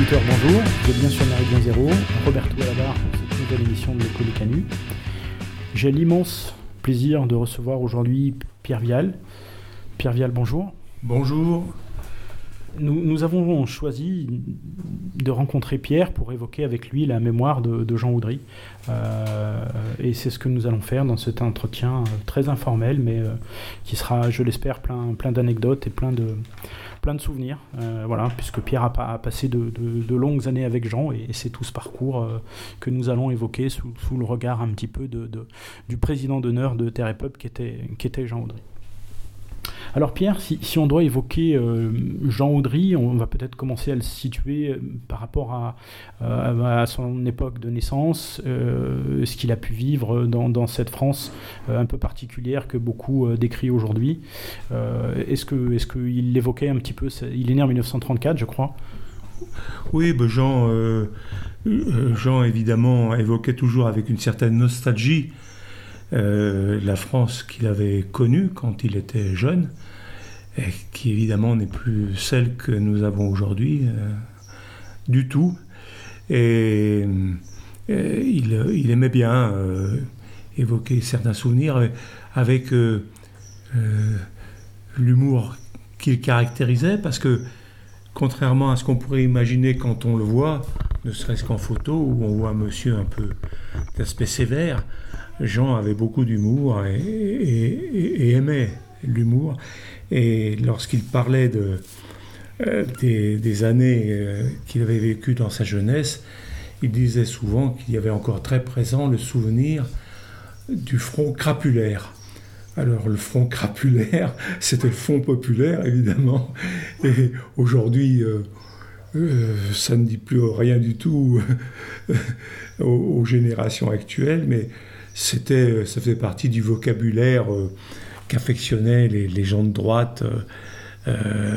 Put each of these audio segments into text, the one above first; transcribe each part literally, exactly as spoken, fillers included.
auditeurs, bonjour, vous êtes bien sur Méridien Zéro, Roberto à la barre pour cette nouvelle émission de l'Écho des Canuts. J'ai l'immense plaisir de recevoir aujourd'hui Pierre Vial. Pierre Vial, bonjour. Bonjour. Nous, nous avons choisi de rencontrer Pierre pour évoquer avec lui la mémoire de, de Jean Audry. Euh, et c'est ce que nous allons faire dans cet entretien très informel, mais euh, qui sera, je l'espère, plein, plein d'anecdotes et plein de, plein de souvenirs. Euh, voilà, puisque Pierre a, a passé de, de, de longues années avec Jean, et, et c'est tout ce parcours euh, que nous allons évoquer sous, sous le regard un petit peu de, de, du président d'honneur de Terre et Peuple qui était, qui était Jean Audry. Alors Pierre, si, si on doit évoquer euh, Jean Audry, on va peut-être commencer à le situer euh, par rapport à, euh, à son époque de naissance, euh, ce qu'il a pu vivre dans, dans cette France euh, un peu particulière que beaucoup euh, décrient aujourd'hui. Euh, est-ce que, est-ce qu'il l'évoquait un petit peu? Il est né en dix-neuf cent trente-quatre, je crois. Oui, ben Jean, euh, Jean évidemment évoquait toujours avec une certaine nostalgie Euh, la France qu'il avait connue quand il était jeune, et qui évidemment n'est plus celle que nous avons aujourd'hui euh, du tout. Et, et il, il aimait bien euh, évoquer certains souvenirs avec euh, euh, l'humour qu'il caractérisait, parce que contrairement à ce qu'on pourrait imaginer quand on le voit, ne serait-ce qu'en photo, où on voit un monsieur un peu d'aspect sévère, Jean avait beaucoup d'humour et, et, et, et aimait l'humour. Et lorsqu'il parlait de, euh, des, des années euh, qu'il avait vécues dans sa jeunesse, il disait souvent qu'il y avait encore très présent le souvenir du front crapulaire. Alors le front crapulaire, c'était le front populaire évidemment. Et aujourd'hui, euh, euh, ça ne dit plus rien du tout aux, aux générations actuelles, mais C'était, ça faisait partie du vocabulaire euh, qu'affectionnaient les, les gens de droite, euh,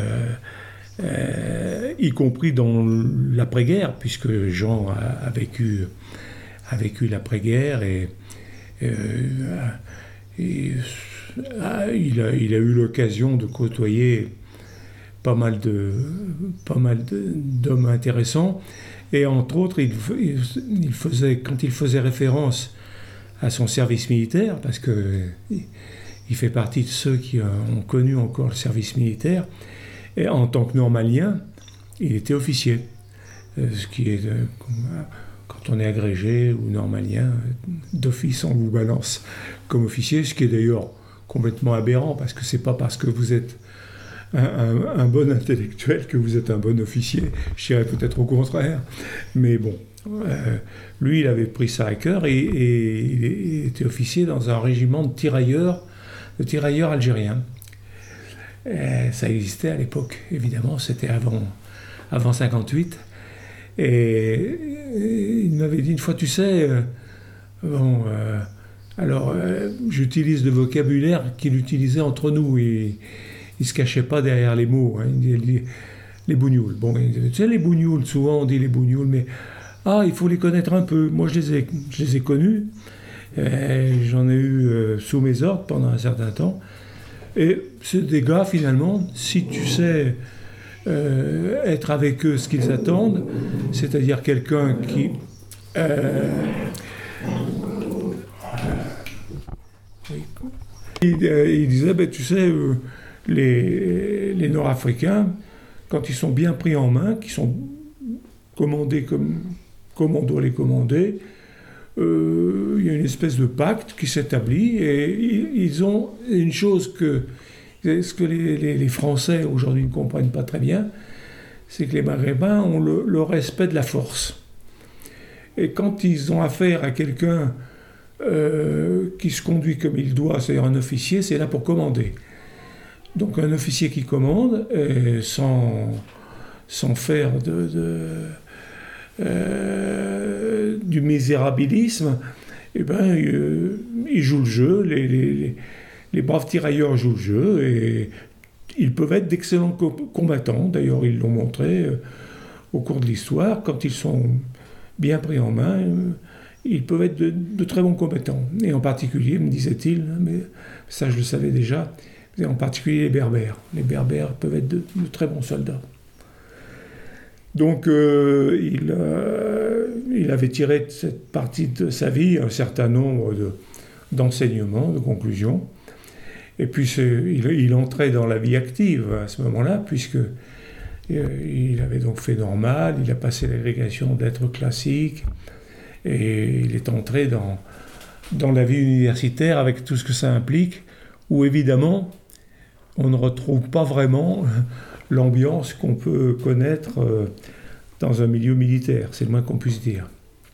euh, y compris dans l'après-guerre, puisque Jean a, a, vécu, a vécu l'après-guerre et, euh, et a, il, a, il a eu l'occasion de côtoyer pas mal, de, pas mal de, d'hommes intéressants. Et entre autres, il, il, il faisait, quand il faisait référence à son service militaire, parce qu'il fait partie de ceux qui ont connu encore le service militaire, et en tant que normalien, il était officier. Ce qui est, quand on est agrégé ou normalien, d'office on vous balance comme officier, ce qui est d'ailleurs complètement aberrant, parce que c'est pas parce que vous êtes un, un, un bon intellectuel que vous êtes un bon officier. Je dirais peut-être au contraire, mais bon. Euh, lui, il avait pris ça à cœur et, et il était officier dans un régiment de tirailleurs, de tirailleurs algériens. Et ça existait à l'époque, évidemment, c'était avant, avant cinquante-huit. Et, et il m'avait dit une fois, tu sais, euh, bon, euh, alors euh, j'utilise le vocabulaire qu'il utilisait entre nous. Et, il ne se cachait pas derrière les mots. Hein, il dit, les bougnoules. Bon, tu sais, les bougnoules, souvent on dit les bougnoules, mais ah, il faut les connaître un peu. Moi, je les ai, je les ai connus. Et j'en ai eu euh, sous mes ordres pendant un certain temps. Et c'est des gars, finalement, si tu sais euh, être avec eux ce qu'ils attendent, c'est-à-dire quelqu'un qui... Euh, il, euh, il disait, ben, tu sais, euh, les, les Nord-Africains, quand ils sont bien pris en main, qui sont commandés comme... comme on doit les commander, euh, il y a une espèce de pacte qui s'établit et ils ont une chose que, ce que les, les, les Français aujourd'hui ne comprennent pas très bien, c'est que les Maghrébins ont le, le respect de la force. Et quand ils ont affaire à quelqu'un euh, qui se conduit comme il doit, c'est-à-dire un officier, c'est là pour commander. Donc un officier qui commande, et sans, sans faire de... de Euh, du misérabilisme, eh ben, euh, ils jouent le jeu, les, les, les braves tirailleurs jouent le jeu, et ils peuvent être d'excellents co- combattants, d'ailleurs ils l'ont montré euh, au cours de l'histoire, quand ils sont bien pris en main, euh, ils peuvent être de, de très bons combattants, et en particulier, me disait-il, mais ça je le savais déjà, en particulier les berbères. Les berbères peuvent être de, de très bons soldats. Donc, euh, il, euh, il avait tiré de cette partie de sa vie un certain nombre de, d'enseignements, de conclusions. Et puis, il, il entrait dans la vie active à ce moment-là, puisque euh, il avait donc fait normal, il a passé l'agrégation d'être classique, et il est entré dans, dans la vie universitaire avec tout ce que ça implique, où évidemment, on ne retrouve pas vraiment l'ambiance qu'on peut connaître euh, dans un milieu militaire, c'est le moins qu'on puisse dire.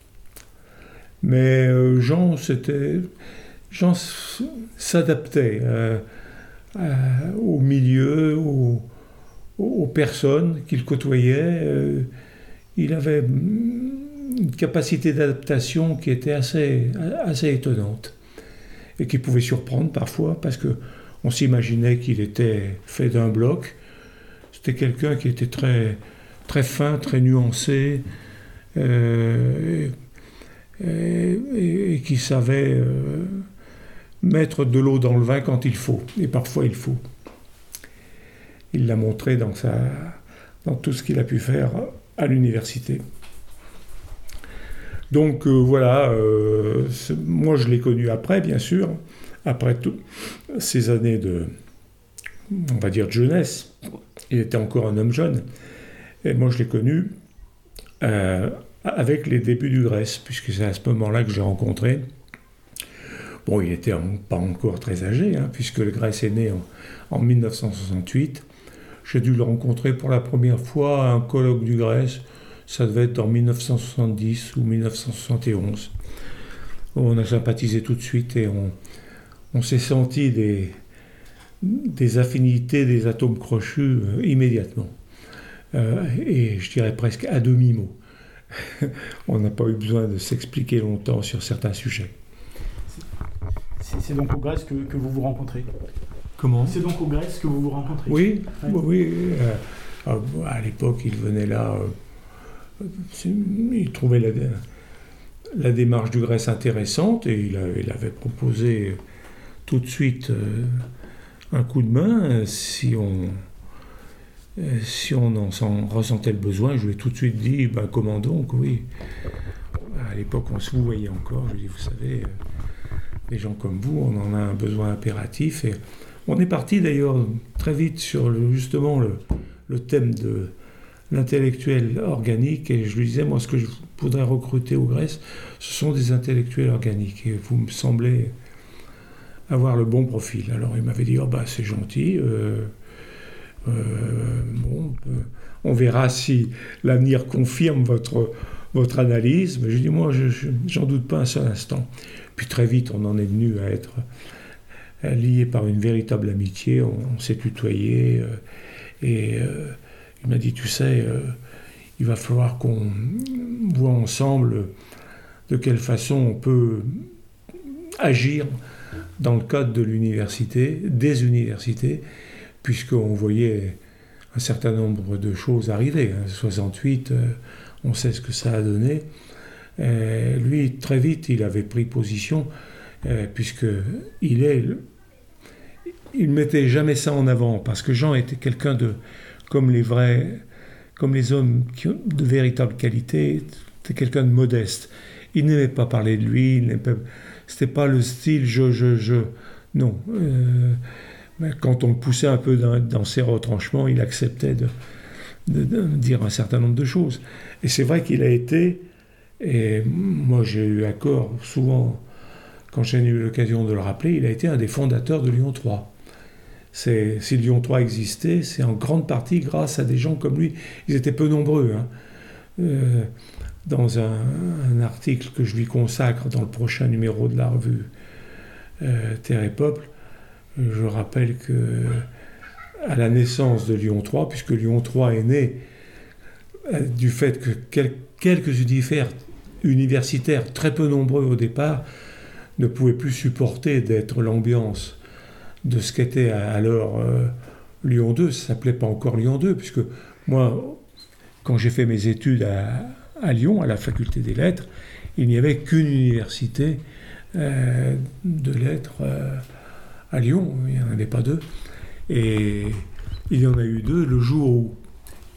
Mais euh, Jean, c'était, Jean s'adaptait euh, euh, au milieu, au, aux personnes qu'il côtoyait. Euh, il avait une capacité d'adaptation qui était assez, assez étonnante et qui pouvait surprendre parfois parce qu'on s'imaginait qu'il était fait d'un bloc. C'était quelqu'un qui était très, très fin, très nuancé euh, et, et, et qui savait euh, mettre de l'eau dans le vin quand il faut. Et parfois il faut. Il l'a montré dans, sa, dans tout ce qu'il a pu faire à l'université. Donc euh, voilà, euh, moi je l'ai connu après, bien sûr, après toutes ces années de, on va dire, de jeunesse. Il était encore un homme jeune. Et moi je l'ai connu euh, avec les débuts du Grèce, puisque c'est à ce moment-là que j'ai rencontré. Bon, il n'était pas encore très âgé, hein, puisque le Grèce est né en, en mille neuf cent soixante-huit. J'ai dû le rencontrer pour la première fois à un colloque du Grèce. Ça devait être en mille neuf cent soixante-dix ou mille neuf cent soixante et onze. On a sympathisé tout de suite et on, on s'est senti des, des affinités, des atomes crochus euh, immédiatement. Euh, et je dirais presque à demi-mot. On n'a pas eu besoin de s'expliquer longtemps sur certains sujets. C'est, c'est donc au Grèce que, que vous vous rencontrez. Comment ? C'est donc au Grèce que vous vous rencontrez. Oui, ouais. oui. Euh, à l'époque, il venait là... Euh, il trouvait la, la démarche du Grèce intéressante et il avait, il avait proposé tout de suite euh, un coup de main si on, si on en s'en ressentait le besoin. Je lui ai tout de suite dit, ben, comment donc, oui. À l'époque, on se voyait encore. Je lui ai dit, vous savez, des gens comme vous, on en a un besoin impératif. Et on est parti d'ailleurs très vite sur le, justement le, le thème de l'intellectuel organique, et je lui disais, moi, ce que je voudrais recruter au Grèce, ce sont des intellectuels organiques, et vous me semblez avoir le bon profil. Alors il m'avait dit, oh bah c'est gentil, euh, euh, bon, euh, on verra si l'avenir confirme votre, votre analyse, mais je dis, moi, je, je, j'en doute pas un seul instant. Puis très vite, on en est venu à être liés par une véritable amitié, on, on s'est tutoyé, euh, et... Euh, il m'a dit, tu sais, euh, il va falloir qu'on voit ensemble de quelle façon on peut agir dans le cadre de l'université, des universités, puisqu'on voyait un certain nombre de choses arriver. En soixante-huit, euh, on sait ce que ça a donné. Et lui, très vite, il avait pris position, euh, puisqu'il est... Il ne mettait jamais ça en avant, parce que Jean était quelqu'un de... comme les vrais, comme les hommes qui ont de véritables qualités, c'était quelqu'un de modeste. Il n'aimait pas parler de lui, il n'aimait, c'était pas le style je, je, je. Non. Euh, mais quand on le poussait un peu dans, dans ses retranchements, il acceptait de, de, de dire un certain nombre de choses. Et c'est vrai qu'il a été, et moi j'ai eu accord souvent, quand j'ai eu l'occasion de le rappeler, il a été un des fondateurs de Lyon trois. C'est, si Lyon trois existait, c'est en grande partie grâce à des gens comme lui. Ils étaient peu nombreux. Hein. Euh, dans un, un article que je lui consacre dans le prochain numéro de la revue euh, Terre et Peuple, je rappelle que à la naissance de Lyon trois, puisque Lyon trois est né euh, du fait que quel, quelques univers, universitaires, très peu nombreux au départ, ne pouvaient plus supporter d'être l'ambiance de ce qu'était alors euh, Lyon deux, ça ne s'appelait pas encore Lyon deux, puisque moi, quand j'ai fait mes études à, à Lyon, à la faculté des lettres, il n'y avait qu'une université euh, de lettres euh, à Lyon, il n'y en avait pas deux. Et il y en a eu deux le jour où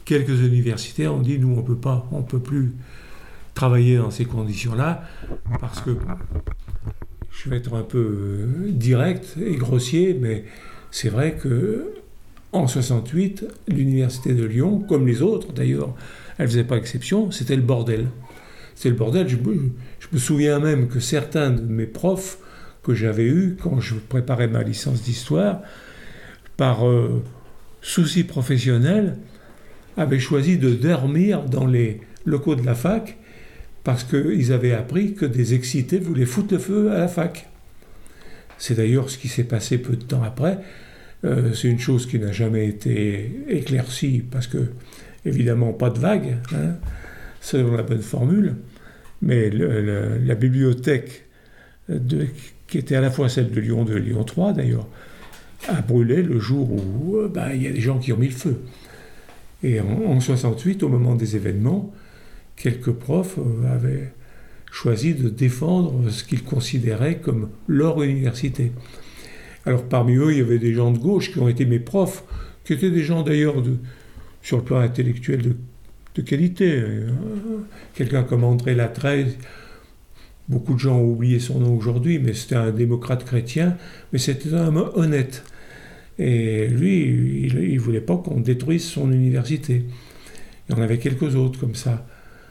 quelques universitaires ont dit, nous, on peut pas, on peut plus travailler dans ces conditions-là, parce que, je vais être un peu direct et grossier, mais c'est vrai que en soixante-huit, l'université de Lyon, comme les autres d'ailleurs, elle ne faisait pas exception, c'était le bordel. C'était le bordel. Je me, je me souviens même que certains de mes profs que j'avais eus quand je préparais ma licence d'histoire, par euh, souci professionnel, avaient choisi de dormir dans les locaux de la fac parce qu'ils avaient appris que des excités voulaient foutre le feu à la fac. C'est d'ailleurs ce qui s'est passé peu de temps après. Euh, c'est une chose qui n'a jamais été éclaircie parce que, évidemment, pas de vague, hein, selon la bonne formule, mais le, le, la bibliothèque, de, qui était à la fois celle de Lyon deux et Lyon trois d'ailleurs, a brûlé le jour où euh, bah, il y a des gens qui ont mis le feu. Et en, en soixante-huit, au moment des événements, quelques profs euh, avaient choisi de défendre ce qu'ils considéraient comme leur université. Alors parmi eux, il y avait des gens de gauche qui ont été mes profs, qui étaient des gens d'ailleurs de, sur le plan intellectuel de, de qualité. Quelqu'un comme André Latreille, beaucoup de gens ont oublié son nom aujourd'hui, mais c'était un démocrate chrétien, mais c'était un homme honnête. Et lui, il ne voulait pas qu'on détruise son université. Il y en avait quelques autres comme ça.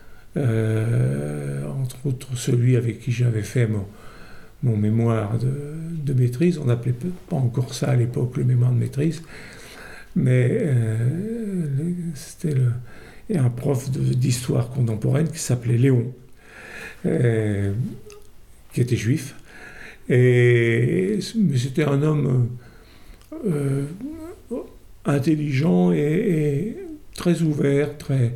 Euh, entre autres celui avec qui j'avais fait mon, mon mémoire de, de maîtrise. On n'appelait pas encore ça à l'époque le mémoire de maîtrise, mais euh, c'était le, un prof de, d'histoire contemporaine qui s'appelait Léon, euh, qui était juif, et mais c'était un homme euh, intelligent et, et très ouvert, très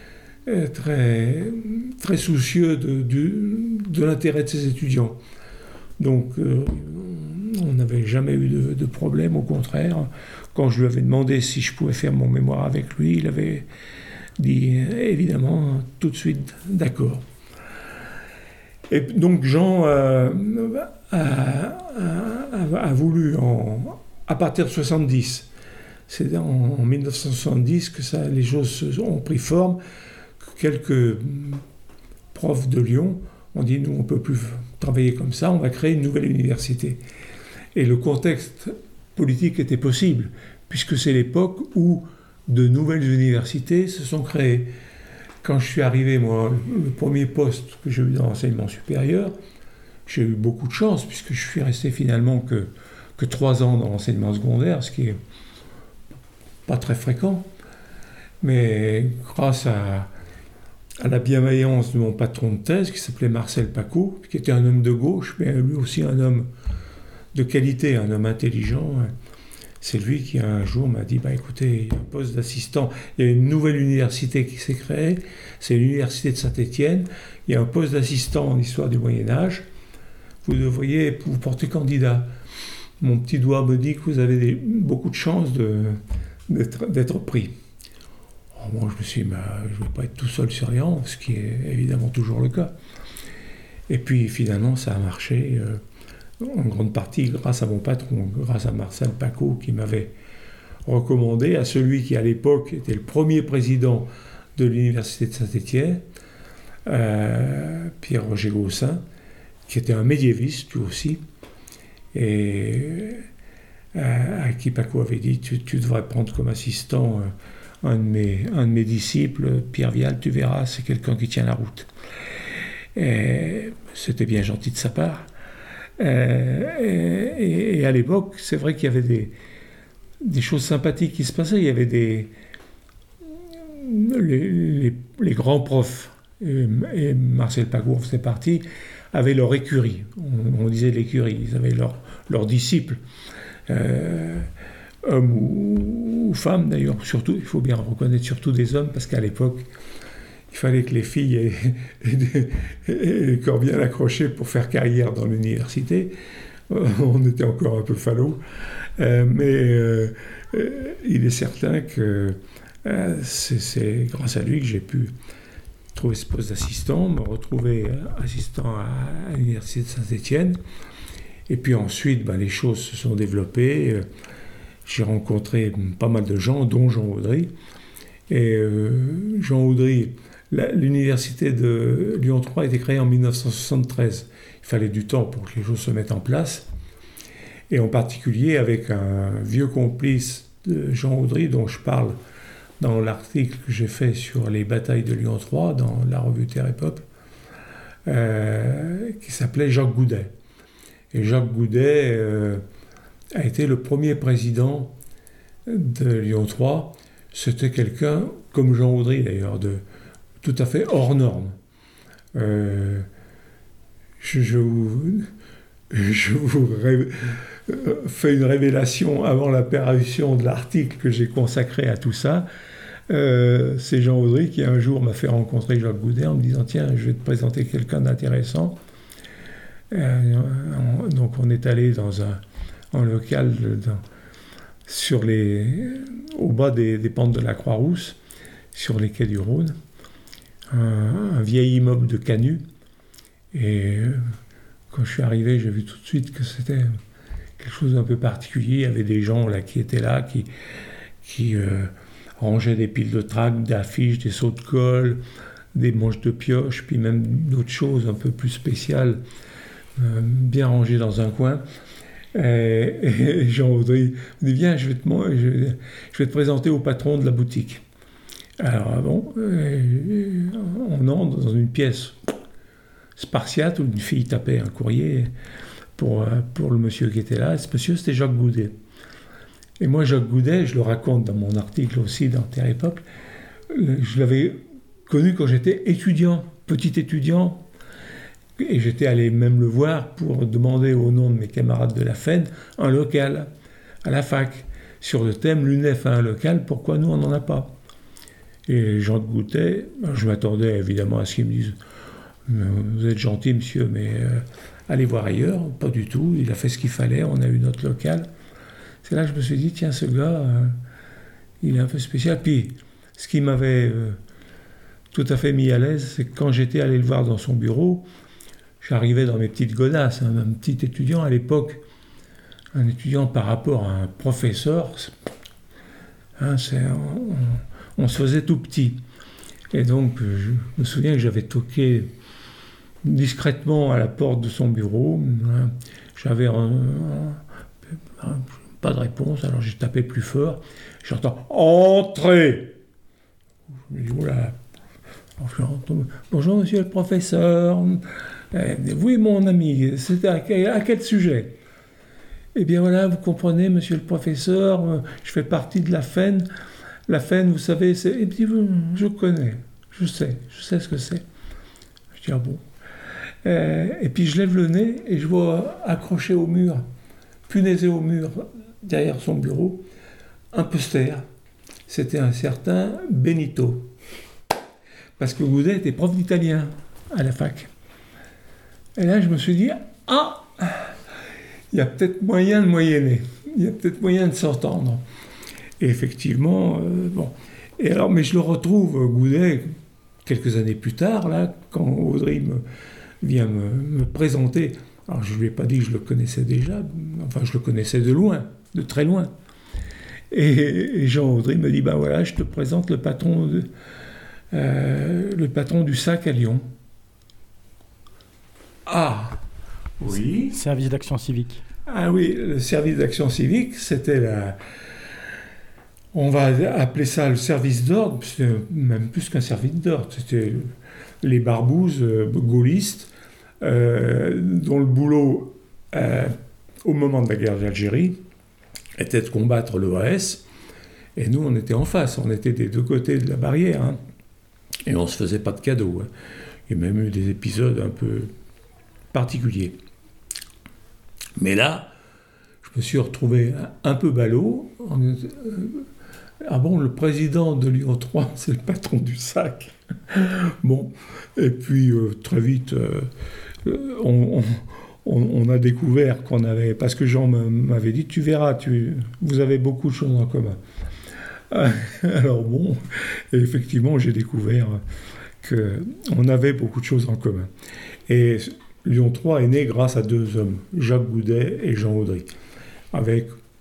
Très, très soucieux de, de, de l'intérêt de ses étudiants. Donc, euh, on n'avait jamais eu de, de problème, au contraire. Quand je lui avais demandé si je pouvais faire mon mémoire avec lui, il avait dit évidemment tout de suite d'accord. Et donc, Jean euh, a, a, a voulu, en, à partir de soixante-dix, c'est en, en dix-neuf cent soixante-dix que ça, les choses ont pris forme. Quelques profs de Lyon ont dit, nous, on ne peut plus travailler comme ça, on va créer une nouvelle université. Et le contexte politique était possible, puisque c'est l'époque où de nouvelles universités se sont créées. Quand je suis arrivé, moi, le premier poste que j'ai eu dans l'enseignement supérieur, j'ai eu beaucoup de chance, puisque je suis resté finalement que, que trois ans dans l'enseignement secondaire, ce qui n'est pas très fréquent. Mais grâce à à la bienveillance de mon patron de thèse, qui s'appelait Marcel Paco, qui était un homme de gauche, mais lui aussi un homme de qualité, un homme intelligent. C'est lui qui, un jour, m'a dit, bah, écoutez, il y a un poste d'assistant, il y a une nouvelle université qui s'est créée, c'est l'université de Saint-Étienne, il y a un poste d'assistant en histoire du Moyen-Âge, vous devriez vous porter candidat. Mon petit doigt me dit que vous avez des, beaucoup de chances de, d'être, d'être pris. Moi, je me suis dit, bah, je ne vais pas être tout seul surveillant, ce qui est évidemment toujours le cas. Et puis, finalement, ça a marché, euh, en grande partie grâce à mon patron, grâce à Marcel Paco, qui m'avait recommandé à celui qui, à l'époque, était le premier président de l'Université de Saint-Étienne, euh, Pierre-Roger Gaussin, qui était un médiéviste, lui aussi, et euh, à qui Paco avait dit, tu, tu devrais prendre comme assistant... Euh, Un de, mes, un de mes disciples, Pierre Vial, tu verras, c'est quelqu'un qui tient la route. Et c'était bien gentil de sa part. Et, et, et à l'époque, c'est vrai qu'il y avait des, des choses sympathiques qui se passaient. Il y avait des... Les, les, les grands profs, et, et Marcel Paco en faisait partie, avaient leur écurie. On, on disait l'écurie, ils avaient leurs leur disciples. Euh, hommes ou, ou femmes d'ailleurs, surtout, il faut bien reconnaître surtout des hommes, parce qu'à l'époque, il fallait que les filles aient, aient, aient le corps bien accroché pour faire carrière dans l'université. On était encore un peu falot, euh, mais euh, euh, il est certain que euh, c'est, c'est grâce à lui que j'ai pu trouver ce poste d'assistant, me retrouver assistant à, à l'université de Saint-Étienne, et puis ensuite, ben, les choses se sont développées. J'ai rencontré pas mal de gens, dont Jean Audry, Et euh, Jean Audry, la, l'université de Lyon trois a été créée en dix-neuf cent soixante-treize. Il fallait du temps pour que les choses se mettent en place. Et en particulier avec un vieux complice de Jean Audry, dont je parle dans l'article que j'ai fait sur les batailles de Lyon trois, dans la revue Terre et Peuple, euh, qui s'appelait Jacques Goudet. Et Jacques Goudet euh, a été le premier président de Lyon trois. C'était quelqu'un, comme Jean Audry d'ailleurs, de tout à fait hors norme. Euh, je, je vous, je vous ré, euh, fais une révélation avant la parution de l'article que j'ai consacré à tout ça. Euh, c'est Jean Audry qui un jour m'a fait rencontrer Jacques Goudet en me disant « Tiens, je vais te présenter quelqu'un d'intéressant. Euh, » Donc on est allé dans un, un local dans, sur les, au bas des, des pentes de la Croix-Rousse, sur les quais du Rhône, un, un vieil immeuble de Canut. Et euh, quand je suis arrivé, j'ai vu tout de suite que c'était quelque chose d'un peu particulier. Il y avait des gens là qui étaient là, qui, qui euh, rangeaient des piles de tracts, d'affiches, des seaux de colle, des manches de pioche, puis même d'autres choses un peu plus spéciales, euh, bien rangées dans un coin. Et, et Jean Audry me dit « Viens, je vais, te, je, je vais te présenter au patron de la boutique. » Alors bon, on entre dans une pièce spartiate où une fille tapait un courrier pour, pour le monsieur qui était là. Ce monsieur, c'était Jacques Goudet. Et moi, Jacques Goudet, je le raconte dans mon article aussi dans Terre et Peuple, je l'avais connu quand j'étais étudiant, petit étudiant, et j'étais allé même le voir pour demander au nom de mes camarades de la F E N un local à la fac, sur le thème « L'U N E F a un local, pourquoi nous on n'en a pas ?» Et Jean Goudet, je m'attendais évidemment à ce qu'il me dise « Vous êtes gentil monsieur, mais euh, allez voir ailleurs. » Pas du tout, il a fait ce qu'il fallait, on a eu notre local. C'est là que je me suis dit « Tiens, ce gars, euh, il est un peu spécial. » Puis, ce qui m'avait euh, tout à fait mis à l'aise, c'est que quand j'étais allé le voir dans son bureau, j'arrivais dans mes petites godasses, hein, un petit étudiant à l'époque, un étudiant par rapport à un professeur, hein, c'est, on, on se faisait tout petit. Et donc, je me souviens que j'avais toqué discrètement à la porte de son bureau. Hein, j'avais un, un, un, pas de réponse, alors j'ai tapé plus fort. J'entends « Entrez !» Je me dis « Oula !» Bonjour, monsieur le professeur. Oui, mon ami, c'était à quel, à quel sujet? Eh bien voilà, vous comprenez, monsieur le professeur, je fais partie de la F E N. La F E N, vous savez, c'est... Et puis, je connais, je sais, je sais ce que c'est. Je dis, ah bon. Et puis je lève le nez et je vois accroché au mur, punaisé au mur, derrière son bureau, un poster. C'était un certain Benito. Parce que Goudet était prof d'italien à la fac. Et là, je me suis dit, ah, il y a peut-être moyen de moyenner, il y a peut-être moyen de s'entendre. Et effectivement, euh, bon. Et alors, mais je le retrouve, Goudet, quelques années plus tard, là, quand Audry me, vient me, me présenter. Alors, je ne lui ai pas dit que je le connaissais déjà, enfin, je le connaissais de loin, de très loin. Et, et Jean Audry me dit, ben voilà, je te présente le patron de... Euh, le patron du S A C à Lyon. Ah, oui. Service d'action civique. Ah oui, le service d'action civique, c'était la... On va appeler ça le service d'ordre, c'était même plus qu'un service d'ordre. C'était les barbouzes euh, gaullistes, euh, dont le boulot, euh, au moment de la guerre d'Algérie, était de combattre l'O A S. Et nous, on était en face, on était des deux côtés de la barrière, hein. Et on ne se faisait pas de cadeaux. Hein. Il y a même eu des épisodes un peu particuliers. Mais là, je me suis retrouvé un peu ballot. Ah bon, le président de Lyon trois, c'est le patron du S A C. Bon, et puis euh, très vite, euh, on, on, on a découvert qu'on avait... Parce que Jean m'avait dit, tu verras, tu, vous avez beaucoup de choses en commun. Alors bon, et effectivement, j'ai découvert qu'on avait beaucoup de choses en commun. Et Lyon trois est né grâce à deux hommes, Jacques Goudet et Jean Audry, avec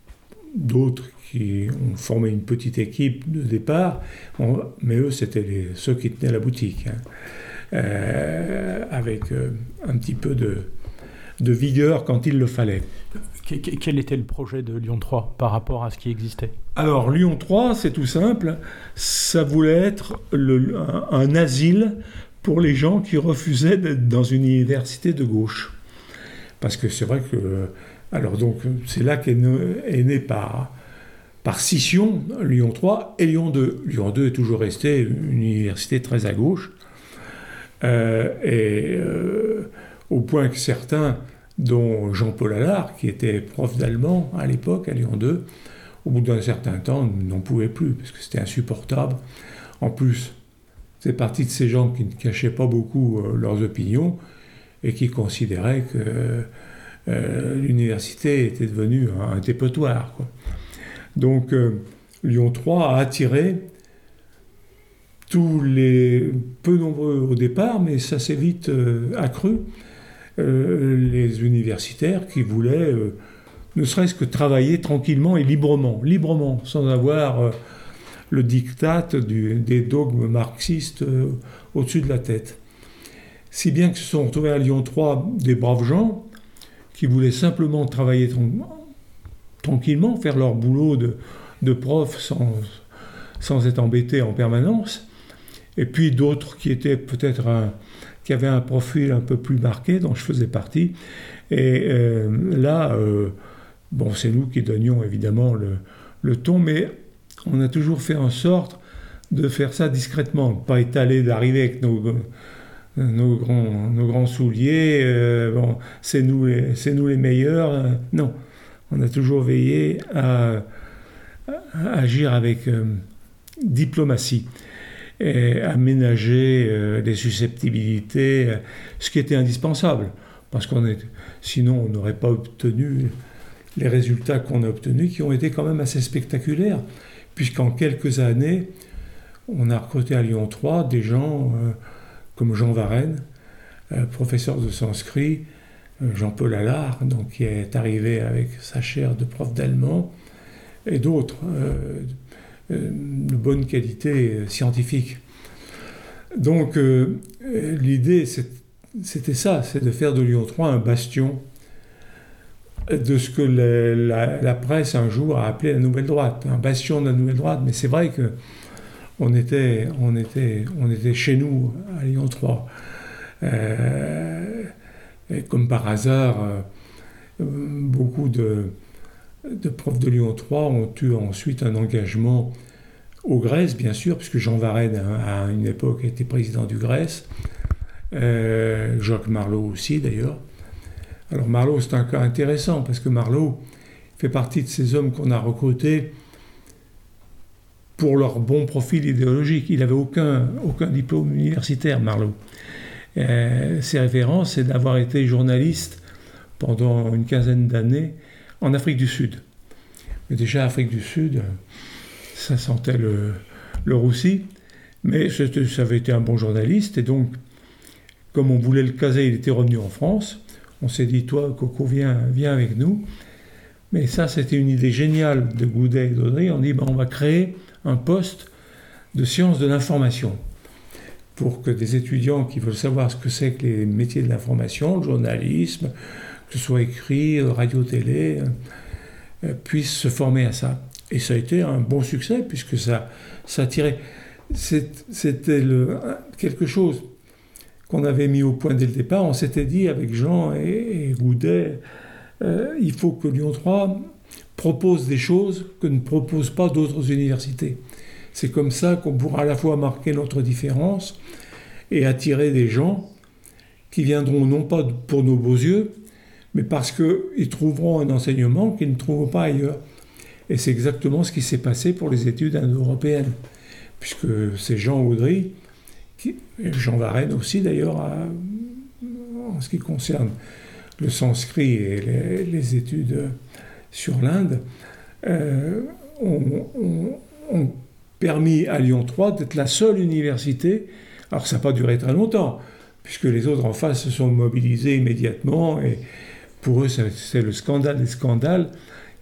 d'autres qui ont formé une petite équipe de départ, on, mais eux, c'était les, ceux qui tenaient la boutique, hein, euh, avec euh, un petit peu de, de vigueur quand il le fallait. Quel était le projet de Lyon trois par rapport à ce qui existait ? Alors, Lyon trois, c'est tout simple, ça voulait être le, un, un asile pour les gens qui refusaient d'être dans une université de gauche. Parce que c'est vrai que... Alors donc, c'est là qu'est né, est né par, par scission Lyon trois et Lyon deux. Lyon deux est toujours resté une université très à gauche. Euh, et euh, au point que certains, dont Jean-Paul Allard, qui était prof d'allemand à l'époque à Lyon deux, au bout d'un certain temps, n'en pouvaient plus, parce que c'était insupportable. En plus, c'est partie de ces gens qui ne cachaient pas beaucoup euh, leurs opinions et qui considéraient que euh, l'université était devenue un, un dépotoir, quoi. Donc, euh, Lyon trois a attiré tous les peu nombreux au départ, mais ça s'est vite euh, accru, euh, les universitaires qui voulaient euh, ne serait-ce que travailler tranquillement et librement, librement, sans avoir euh, le diktat du, des dogmes marxistes euh, au-dessus de la tête. Si bien que se sont retrouvés à Lyon trois des braves gens qui voulaient simplement travailler tra- tranquillement, faire leur boulot de, de prof sans, sans être embêtés en permanence, et puis d'autres qui étaient peut-être un, qui avaient un profil un peu plus marqué, dont je faisais partie. Et euh, là, euh, bon, c'est nous qui donnions évidemment le, le ton, mais on a toujours fait en sorte de faire ça discrètement, pas étaler, d'arriver avec nos, nos, grands, nos grands souliers, euh, bon, c'est nous les, c'est nous les meilleurs. Euh, non, on a toujours veillé à, à agir avec euh, diplomatie et à ménager euh, les susceptibilités, euh, ce qui était indispensable, parce qu'on est, sinon on n'aurait pas obtenu les résultats qu'on a obtenus, qui ont été quand même assez spectaculaires, puisqu'en quelques années, on a recruté à Lyon trois des gens euh, comme Jean Varenne, euh, professeur de sanskrit, euh, Jean-Paul Allard, donc, qui est arrivé avec sa chaire de prof d'allemand, et d'autres euh, euh, de bonne qualité euh, scientifique. Donc euh, l'idée, c'est, c'était ça, c'est de faire de Lyon trois un bastion de ce que la, la, la presse un jour a appelé la nouvelle droite, un bastion de la nouvelle droite. Mais c'est vrai que on était, on était, on était chez nous à Lyon trois. Euh, et comme par hasard, euh, beaucoup de, de profs de Lyon trois ont eu ensuite un engagement au Grèce, bien sûr, puisque Jean Varenne, à une époque, était président du Grèce. Euh, Jacques Marlot aussi, d'ailleurs. Alors Marlot, c'est un cas intéressant, parce que Marlot fait partie de ces hommes qu'on a recrutés pour leur bon profil idéologique. Il n'avait aucun, aucun diplôme universitaire, Marlot. Euh, ses références, c'est d'avoir été journaliste pendant une quinzaine d'années en Afrique du Sud. Mais déjà, Afrique du Sud, ça sentait le, le roussi, mais ça avait été un bon journaliste, et donc, comme on voulait le caser, il était revenu en France. On s'est dit, toi, Coco, viens, viens avec nous. Mais ça, c'était une idée géniale de Goudet et d'Audry. On dit, ben, on va créer un poste de sciences de l'information pour que des étudiants qui veulent savoir ce que c'est que les métiers de l'information, le journalisme, que ce soit écrit, radio-télé, euh, puissent se former à ça. Et ça a été un bon succès, puisque ça, ça tirait... C'est, c'était le, quelque chose qu'on avait mis au point dès le départ. On s'était dit avec Jean et, et Goudet, euh, il faut que Lyon trois propose des choses que ne proposent pas d'autres universités. C'est comme ça qu'on pourra à la fois marquer notre différence et attirer des gens qui viendront non pas pour nos beaux yeux, mais parce qu'ils trouveront un enseignement qu'ils ne trouvent pas ailleurs. Et c'est exactement ce qui s'est passé pour les études indo-européennes, puisque c'est Jean Audry, qui, et Jean Varenne aussi d'ailleurs, à, en ce qui concerne le sanskrit et les, les études sur l'Inde, euh, ont, ont, ont permis à Lyon trois d'être la seule université. Alors ça n'a pas duré très longtemps, puisque les autres en face se sont mobilisés immédiatement, et pour eux c'est le scandale des scandales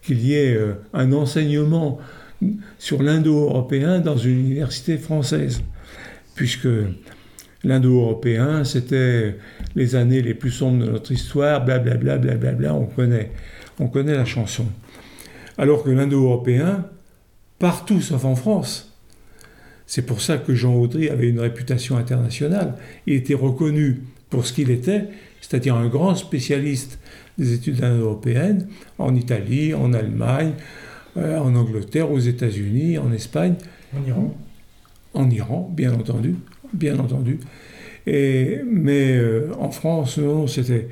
qu'il y ait euh, un enseignement sur l'indo-européen dans une université française, puisque l'indo-européen, c'était les années les plus sombres de notre histoire, blablabla, blablabla, on connaît, on connaît la chanson. Alors que l'indo-européen, partout sauf en France, c'est pour ça que Jean Audry avait une réputation internationale, il était reconnu pour ce qu'il était, c'est-à-dire un grand spécialiste des études indo-européennes, en Italie, en Allemagne, euh, en Angleterre, aux États-Unis, en Espagne, en Iran, en Iran, bien entendu, bien entendu. Et, mais euh, en France, non, c'était,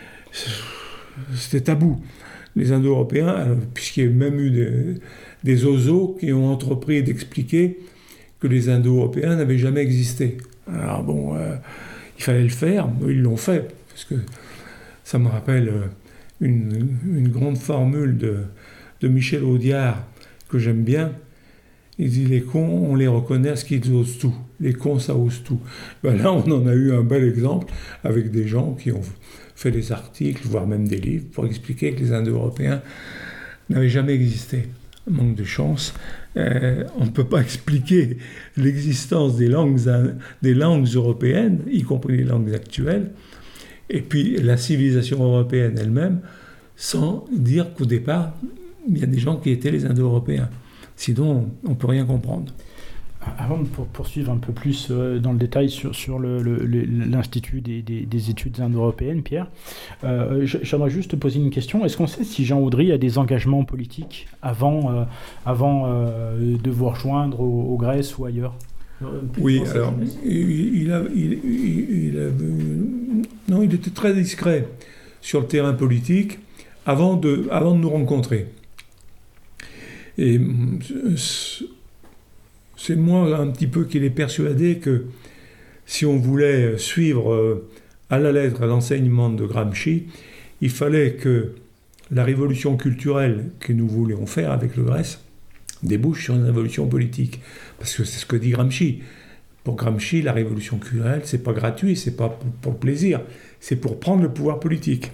c'était tabou. Les Indo-Européens, puisqu'il y a même eu des, des oiseaux qui ont entrepris d'expliquer que les Indo-Européens n'avaient jamais existé. Alors bon, euh, il fallait le faire, ils l'ont fait, parce que ça me rappelle une, une grande formule de, de Michel Audiard que j'aime bien. Il dit, les cons, on les reconnaît parce qu'ils osent tout. Les cons, ça ose tout. Ben là, on en a eu un bel exemple avec des gens qui ont fait des articles, voire même des livres, pour expliquer que les Indo-Européens n'avaient jamais existé. Manque de chance. Euh, on ne peut pas expliquer l'existence des langues, des langues européennes, y compris les langues actuelles, et puis la civilisation européenne elle-même, sans dire qu'au départ, il y a des gens qui étaient les Indo-Européens. Sinon, on ne peut rien comprendre. Avant de poursuivre un peu plus dans le détail sur, sur le, le, l'Institut des, des, des études indo-européennes, Pierre, euh, j'aimerais juste te poser une question. Est-ce qu'on sait si Jean Audry a des engagements politiques avant, euh, avant euh, de vous rejoindre au, au Grèce ou ailleurs ? Oui, alors, il, il, a, il, il, il a, non, il était très discret sur le terrain politique avant de, avant de nous rencontrer. Et c'est moi un petit peu qu'il est persuadé que si on voulait suivre à la lettre l'enseignement de Gramsci, il fallait que la révolution culturelle que nous voulions faire avec le Grèce débouche sur une révolution politique. Parce que c'est ce que dit Gramsci. Pour Gramsci, la révolution culturelle, c'est pas gratuit, c'est pas pour, pour le plaisir, c'est pour prendre le pouvoir politique.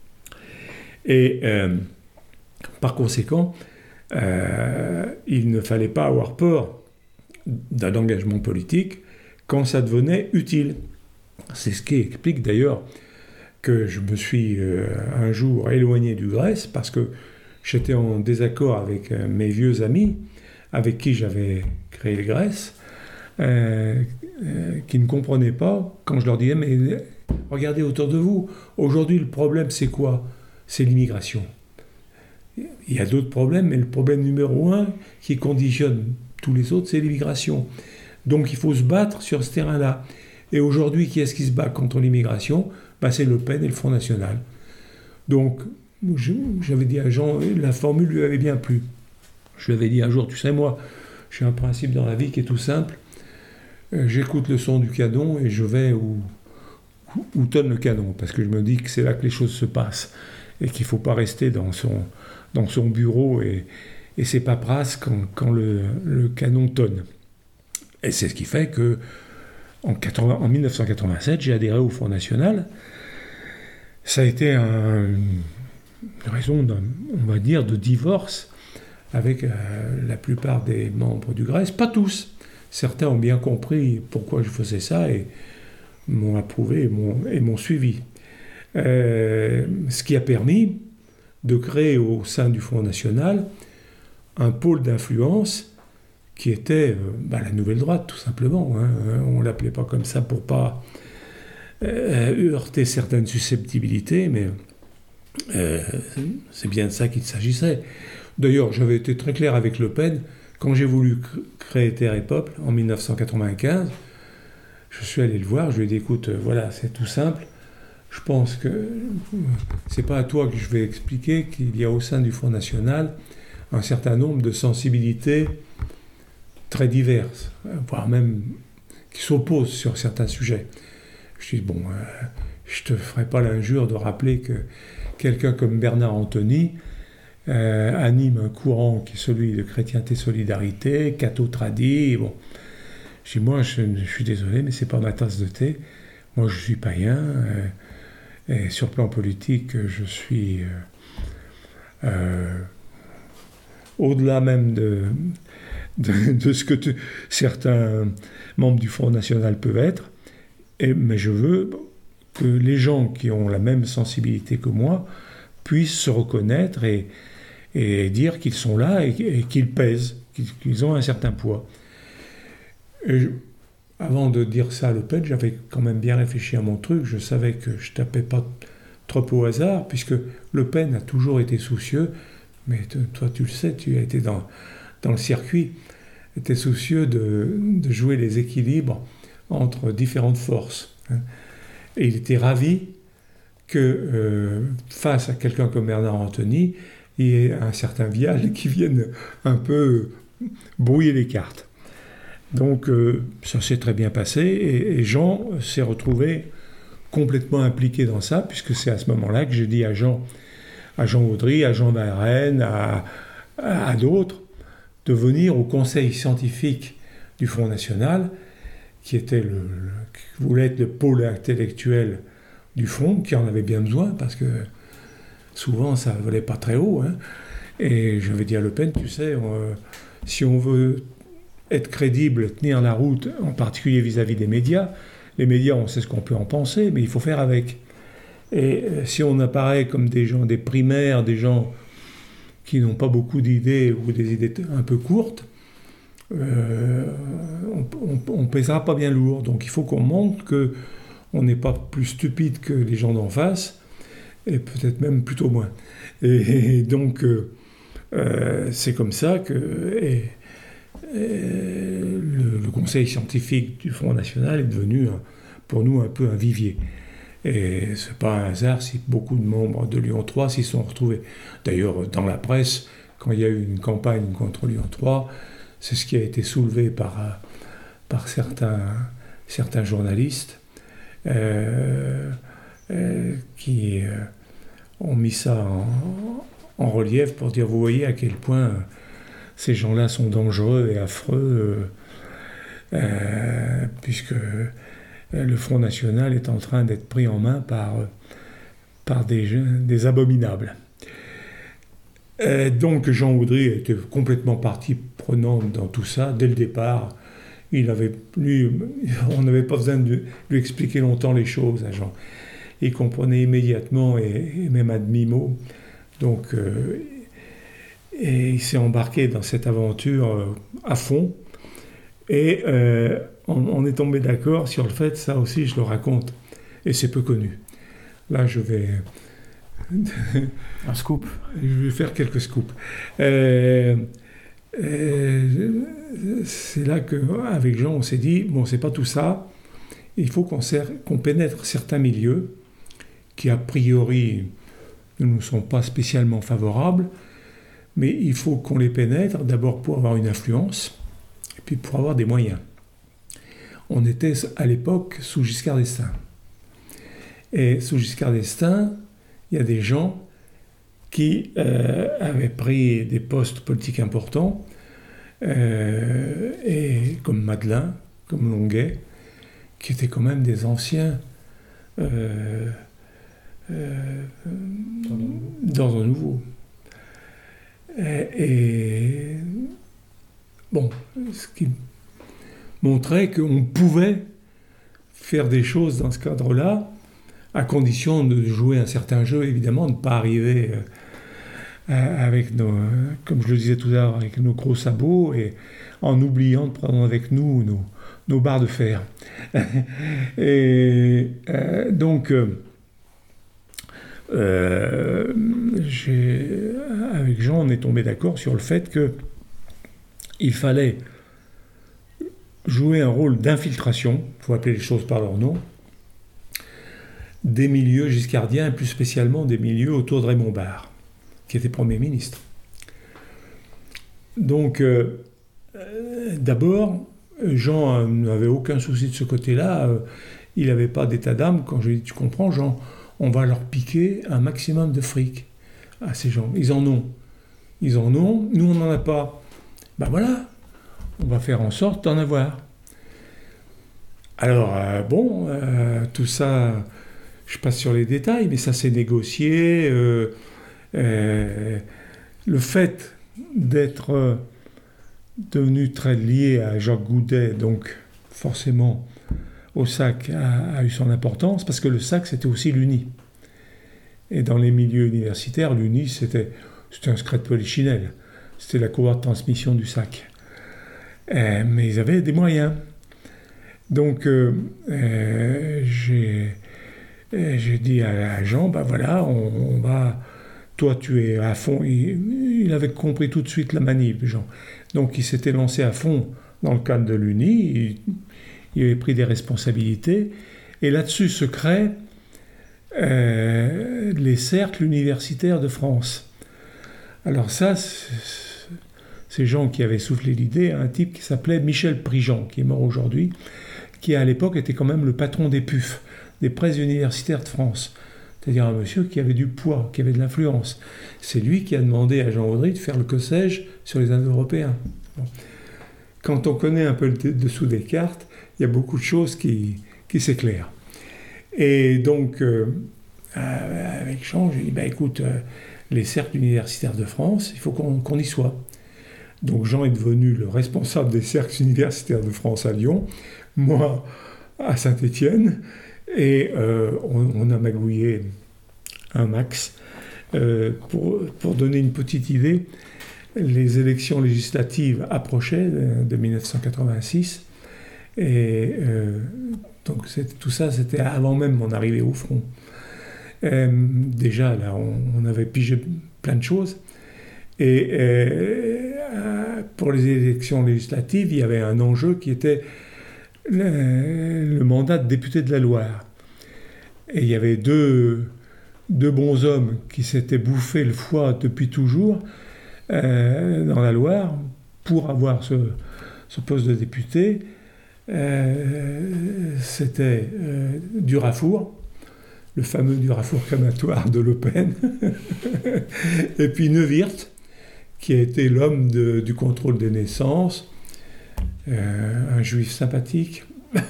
Et euh, par conséquent, euh, il ne fallait pas avoir peur d'un engagement politique quand ça devenait utile. C'est ce qui explique d'ailleurs que je me suis euh, un jour éloigné du Grèce parce que j'étais en désaccord avec euh, mes vieux amis avec qui j'avais créé le Grèce, euh, euh, qui ne comprenaient pas quand je leur disais « mais regardez autour de vous, aujourd'hui le problème c'est quoi ? C'est l'immigration. Il y a d'autres problèmes, mais le problème numéro un qui conditionne tous les autres, c'est l'immigration. Donc il faut se battre sur ce terrain-là. Et aujourd'hui, qui est-ce qui se bat contre l'immigration ? Ben, c'est Le Pen et le Front National. Donc, je, j'avais dit à Jean, la formule lui avait bien plu. Je lui avais dit un jour, tu sais, moi, j'ai un principe dans la vie qui est tout simple. Euh, j'écoute le son du canon et je vais où, où, où tonne le canon, parce que je me dis que c'est là que les choses se passent et qu'il ne faut pas rester dans son, dans son bureau et, et ses paperasses quand, quand le, le canon tonne. Et c'est ce qui fait que en, quatre-vingts, en dix-neuf cent quatre-vingt-sept, j'ai adhéré au Front National. Ça a été un, une raison, on va dire, de divorce avec euh, la plupart des membres du Grèce. Pas tous. Certains ont bien compris pourquoi je faisais ça et m'ont approuvé et m'ont, et m'ont suivi. Euh, ce qui a permis de créer au sein du Front National un pôle d'influence qui était euh, bah, la Nouvelle Droite, tout simplement. Hein. On ne l'appelait pas comme ça pour ne pas euh, heurter certaines susceptibilités, mais euh, c'est bien de ça qu'il s'agissait. D'ailleurs, j'avais été très clair avec Le Pen. Quand j'ai voulu créer Terre et Peuple, en dix-neuf cent quatre-vingt-quinze, je suis allé le voir, je lui ai dit, écoute, euh, voilà, c'est tout simple. Je pense que c'est pas à toi que je vais expliquer qu'il y a au sein du Front National un certain nombre de sensibilités très diverses, voire même qui s'opposent sur certains sujets. Je dis, bon, euh, je te ferai pas l'injure de rappeler que quelqu'un comme Bernard Anthony euh, anime un courant qui est celui de Chrétienté Solidarité, Catho Tradi, bon. Je dis, moi, je, je suis désolé, mais c'est pas ma tasse de thé. Moi, je suis païen, euh, et sur le plan politique, je suis... Euh, euh, au-delà même de, de, de ce que tu, certains membres du Front National peuvent être. Et, mais je veux que les gens qui ont la même sensibilité que moi puissent se reconnaître et, et dire qu'ils sont là et, et qu'ils pèsent, qu'ils, qu'ils ont un certain poids. Et je, avant de dire ça à Le Pen, j'avais quand même bien réfléchi à mon truc. Je savais que je tapais pas trop au hasard, puisque Le Pen a toujours été soucieux, mais te, toi tu le sais, tu as été dans, dans le circuit, était soucieux de, de jouer les équilibres entre différentes forces. Hein. Et il était ravi que, euh, face à quelqu'un comme Bernard Anthony, il y ait un certain Vial qui vienne un peu brouiller les cartes. Donc euh, ça s'est très bien passé, et, et Jean s'est retrouvé complètement impliqué dans ça, puisque c'est à ce moment-là que j'ai dit à Jean, à Jean Audry, à Jean Varenne, à, à, à d'autres, de venir au conseil scientifique du Front National, qui était le, le, qui voulait être le pôle intellectuel du Front, qui en avait bien besoin, parce que souvent ça ne volait pas très haut. Hein. Et je vais dire à Le Pen, tu sais, on, euh, si on veut être crédible, tenir la route, en particulier vis-à-vis des médias, les médias, on sait ce qu'on peut en penser, mais il faut faire avec. Et euh, si on apparaît comme des gens, des primaires, des gens qui n'ont pas beaucoup d'idées ou des idées un peu courtes, euh, on ne pèsera pas bien lourd. Donc il faut qu'on montre qu'on n'est pas plus stupide que les gens d'en face, et peut-être même plutôt moins. Et, et donc euh, euh, c'est comme ça que et, et le, le conseil scientifique du Front National est devenu un, pour nous un peu un vivier. Et c'est pas un hasard si beaucoup de membres de Lyon trois s'y sont retrouvés. D'ailleurs, dans la presse, quand il y a eu une campagne contre Lyon trois, c'est ce qui a été soulevé par, par certains, certains journalistes euh, euh, qui euh, ont mis ça en, en relief pour dire, vous voyez à quel point euh, ces gens-là sont dangereux et affreux, euh, euh, puisque le Front National est en train d'être pris en main par, par des, des abominables. Et donc Jean Audry était complètement partie prenante dans tout ça. Dès le départ, il avait, lui, on n'avait pas besoin de lui expliquer longtemps les choses à Jean. Il comprenait immédiatement et, et même à demi-mot. Donc, euh, et il s'est embarqué dans cette aventure euh, à fond. Et euh, on, on est tombé d'accord sur le fait, ça aussi je le raconte, et c'est peu connu. Là je vais... Un scoop. Je vais faire quelques scoops. Euh, euh, c'est là qu'avec Jean on s'est dit, bon c'est pas tout ça, il faut qu'on, sert, qu'on pénètre certains milieux qui a priori ne nous sont pas spécialement favorables, mais il faut qu'on les pénètre d'abord pour avoir une influence, et puis pour avoir des moyens. On était à l'époque sous Giscard d'Estaing. Et sous Giscard d'Estaing, il y a des gens qui euh, avaient pris des postes politiques importants, euh, et comme Madelin, comme Longuet, qui étaient quand même des anciens euh, euh, dans un nouveau. Et, et bon, ce qui montrait qu'on pouvait faire des choses dans ce cadre-là, à condition de jouer un certain jeu, évidemment, de ne pas arriver euh, avec nos, comme je le disais tout à l'heure, avec nos gros sabots, et en oubliant de prendre avec nous nos, nos barres de fer. Et euh, donc, euh, j'ai, avec Jean, on est tombé d'accord sur le fait qu'il fallait jouer un rôle d'infiltration, il faut appeler les choses par leur nom, des milieux giscardiens, et plus spécialement des milieux autour de Raymond Barre, qui était Premier ministre. Donc, euh, euh, d'abord, Jean euh, n'avait aucun souci de ce côté-là, euh, il n'avait pas d'état d'âme. Quand je lui ai dit, tu comprends, Jean, on va leur piquer un maximum de fric à ces gens. Ils en ont. Ils en ont, nous on n'en a pas. Ben voilà, on va faire en sorte d'en avoir. Alors, euh, bon, euh, tout ça, je passe sur les détails, mais ça s'est négocié. Euh, euh, le fait d'être euh, devenu très lié à Jacques Goudet, donc forcément au S A C a, a eu son importance, parce que le S A C c'était aussi l'U N I. Et dans les milieux universitaires, l'U N I c'était, c'était un secret de polichinelle. C'était la courroie de transmission du S A C. Euh, mais ils avaient des moyens. Donc euh, euh, j'ai, j'ai dit à Jean, ben voilà, on, on va... Toi, tu es à fond. Il, il avait compris tout de suite la manip, Jean. Donc, il s'était lancé à fond dans le cadre de l'U N I. Il, il avait pris des responsabilités. Et là-dessus se créent euh, les cercles universitaires de France. Alors ça, c'est, c'est Jean qui avait soufflé l'idée à un type qui s'appelait Michel Prigent, qui est mort aujourd'hui, qui à l'époque était quand même le patron des P U F, des presses universitaires de France. C'est-à-dire un monsieur qui avait du poids, qui avait de l'influence. C'est lui qui a demandé à Jean Audry de faire le que sais-je sur les Indo-Européens. Bon. Quand on connaît un peu le dessous des cartes, il y a beaucoup de choses qui, qui s'éclairent. Et donc, euh, avec Jean, j'ai dit, bah, écoute, euh, les cercles universitaires de France, il faut qu'on, qu'on y soit. Donc Jean est devenu le responsable des cercles universitaires de France à Lyon, moi à Saint-Étienne, et euh, on, on a magouillé un max. Euh, pour, pour donner une petite idée, les élections législatives approchaient de, de dix-neuf cent quatre-vingt-six, et euh, donc c'est, tout ça c'était avant même mon arrivée au front. Euh, déjà là on, on avait pigé plein de choses, et euh, pour les élections législatives il y avait un enjeu qui était le, le mandat de député de la Loire. Et il y avait deux, deux bons hommes qui s'étaient bouffés le foie depuis toujours euh, dans la Loire pour avoir ce, ce poste de député. Euh, c'était euh, Durafour, le fameux Durafour crematoire de Le Pen, et puis Neuwirth, qui a été l'homme de, du contrôle des naissances, euh, un juif sympathique.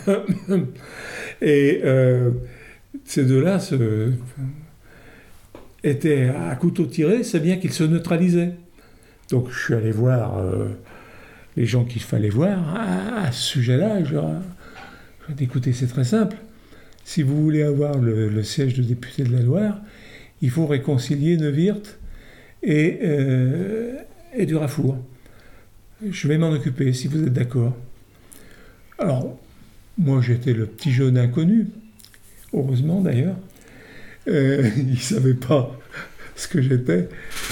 Et euh, ces deux-là se, étaient à couteau tiré, c'est bien qu'ils se neutralisaient. Donc je suis allé voir euh, les gens qu'il fallait voir à, à ce sujet-là. Je leur ai dit, écoutez, c'est très simple. Si vous voulez avoir le, le siège de député de la Loire, il faut réconcilier Neuwirth et, euh, et Durafour. Je vais m'en occuper, si vous êtes d'accord. Alors, moi, j'étais le petit jeune inconnu, heureusement d'ailleurs. Euh, il ne savait pas ce que j'étais.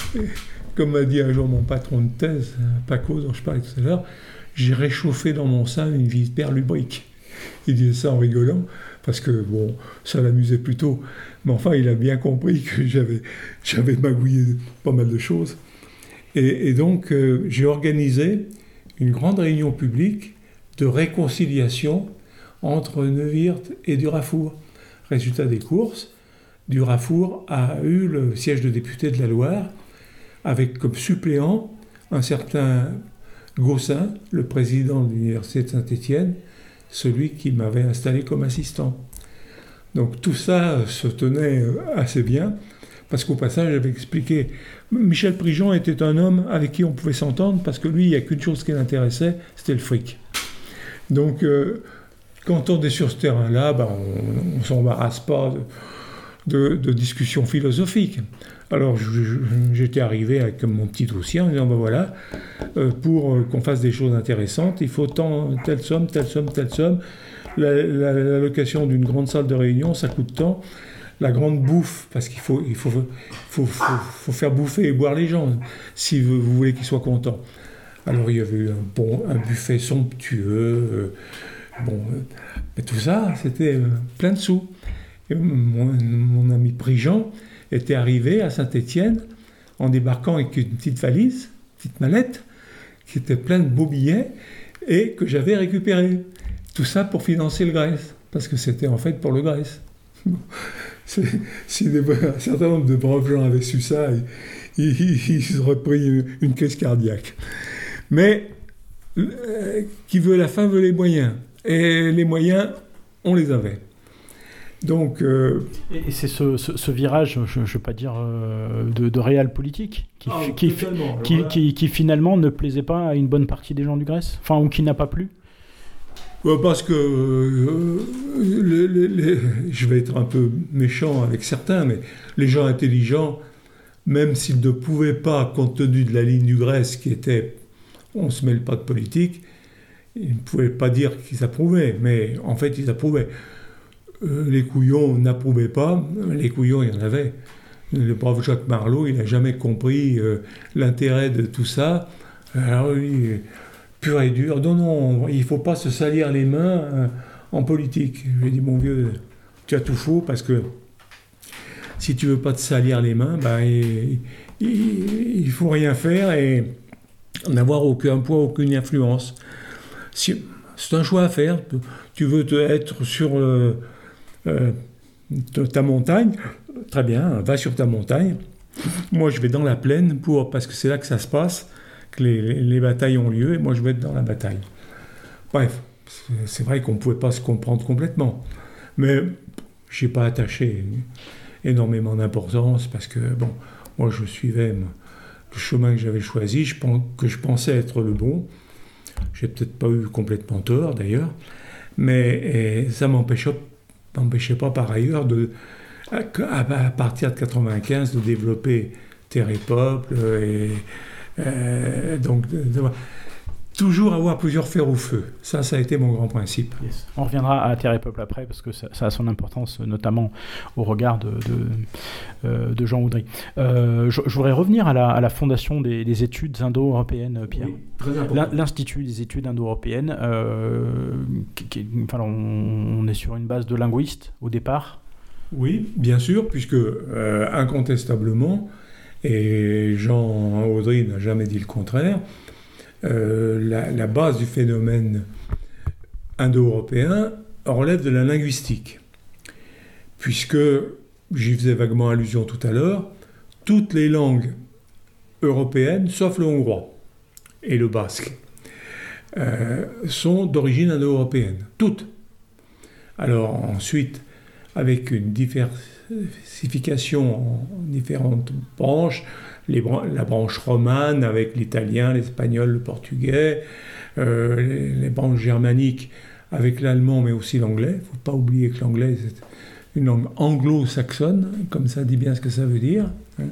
Comme m'a dit un jour mon patron de thèse, Paco, dont je parlais tout à l'heure, j'ai réchauffé dans mon sein une vipère lubrique. Il disait ça en rigolant, parce que, bon, ça l'amusait plutôt. Mais enfin, il a bien compris que j'avais, j'avais magouillé pas mal de choses. Et, et donc, euh, j'ai organisé une grande réunion publique de réconciliation entre Neuwirth et Durafour. Résultat des courses, Durafour a eu le siège de député de la Loire, avec comme suppléant un certain Gaussin, le président de l'université de Saint-Étienne, celui qui m'avait installé comme assistant. Donc tout ça se tenait assez bien, parce qu'au passage, j'avais expliqué, Michel Prigent était un homme avec qui on pouvait s'entendre, parce que lui, il n'y a qu'une chose qui l'intéressait, c'était le fric. Donc, euh, quand on est sur ce terrain-là, ben, on ne s'embarrasse pas de, de, de discussions philosophiques. Alors, je, je, j'étais arrivé avec mon petit dossier en disant, ben voilà, euh, pour euh, qu'on fasse des choses intéressantes, il faut tant, telle somme, telle somme, telle somme. La, la, la location d'une grande salle de réunion, ça coûte tant. La grande bouffe, parce qu'il faut, il faut, faut, faut, faut faire bouffer et boire les gens, si vous, vous voulez qu'ils soient contents. Alors, il y avait eu un, bon, un buffet somptueux, euh, bon, euh, mais tout ça, c'était euh, plein de sous. Et mon, mon ami Prigent était arrivé à Saint-Étienne en débarquant avec une petite valise, une petite mallette, qui était pleine de beaux billets, et que j'avais récupéré. Tout ça pour financer le Grèce, parce que c'était en fait pour le Grèce. C'est, si des, un certain nombre de braves gens avaient su ça, ils, ils, ils auraient pris une, une crise cardiaque. Mais euh, qui veut la fin veut les moyens. Et les moyens, on les avait. Donc, euh, et c'est ce, ce, ce virage, je ne veux pas dire euh, de, de réel politique, qui, ah, qui, qui, voilà. qui, qui finalement ne plaisait pas à une bonne partie des gens du Grèce, enfin, ou qui n'a pas plu. Parce que euh, les, les, les, je vais être un peu méchant avec certains, mais les gens intelligents, même s'ils ne pouvaient pas, compte tenu de la ligne du Grèce qui était « on ne se mêle pas de politique », ils ne pouvaient pas dire qu'ils approuvaient, mais en fait ils approuvaient. Euh, les couillons n'approuvaient pas, les couillons il y en avait. Le brave Jacques Marlot, il n'a jamais compris euh, l'intérêt de tout ça. Alors il, pur et dur, non, non, il ne faut pas se salir les mains euh, en politique. Je lui ai dit, mon vieux, tu as tout faux, parce que si tu ne veux pas te salir les mains, ben, il ne faut rien faire et n'avoir aucun poids, aucune influence. Si, c'est un choix à faire. Tu veux te, être sur euh, euh, ta montagne, très bien, va sur ta montagne. Moi, je vais dans la plaine, pour, parce que c'est là que ça se passe, que les, les, les batailles ont lieu, et moi, je vais être dans la bataille. Bref, c'est, c'est vrai qu'on ne pouvait pas se comprendre complètement. Mais je n'ai pas attaché énormément d'importance, parce que, bon, moi, je suivais le chemin que j'avais choisi, je pense, que je pensais être le bon. J'ai peut-être pas eu complètement tort, d'ailleurs, mais ça ne m'empêchait, m'empêchait pas, par ailleurs, de... à partir de quatre-vingt-quinze, de développer Terre et Peuple, et euh, donc de, de, toujours avoir plusieurs fers au feu. Ça, ça a été mon grand principe. Yes. On reviendra à Terre et Peuple après, parce que ça, ça a son importance, notamment au regard de, de, euh, de Jean Oudry. Euh, je, je voudrais revenir à la, à la fondation des, des études indo-européennes, Pierre. Oui, très important. L'Institut des études indo-européennes, euh, qui, qui, enfin, on, on est sur une base de linguistes au départ. Oui, bien sûr, puisque euh, incontestablement, et Jean Audry n'a jamais dit le contraire, euh, la, la base du phénomène indo-européen relève de la linguistique. Puisque, j'y faisais vaguement allusion tout à l'heure, toutes les langues européennes, sauf le hongrois et le basque, euh, sont d'origine indo-européenne. Toutes. Alors ensuite, avec une diversification en différentes branches, les bran- la branche romane avec l'italien, l'espagnol, le portugais, euh, les, les branches germaniques avec l'allemand mais aussi l'anglais. Il ne faut pas oublier que l'anglais c'est une langue anglo-saxonne, comme ça dit bien ce que ça veut dire.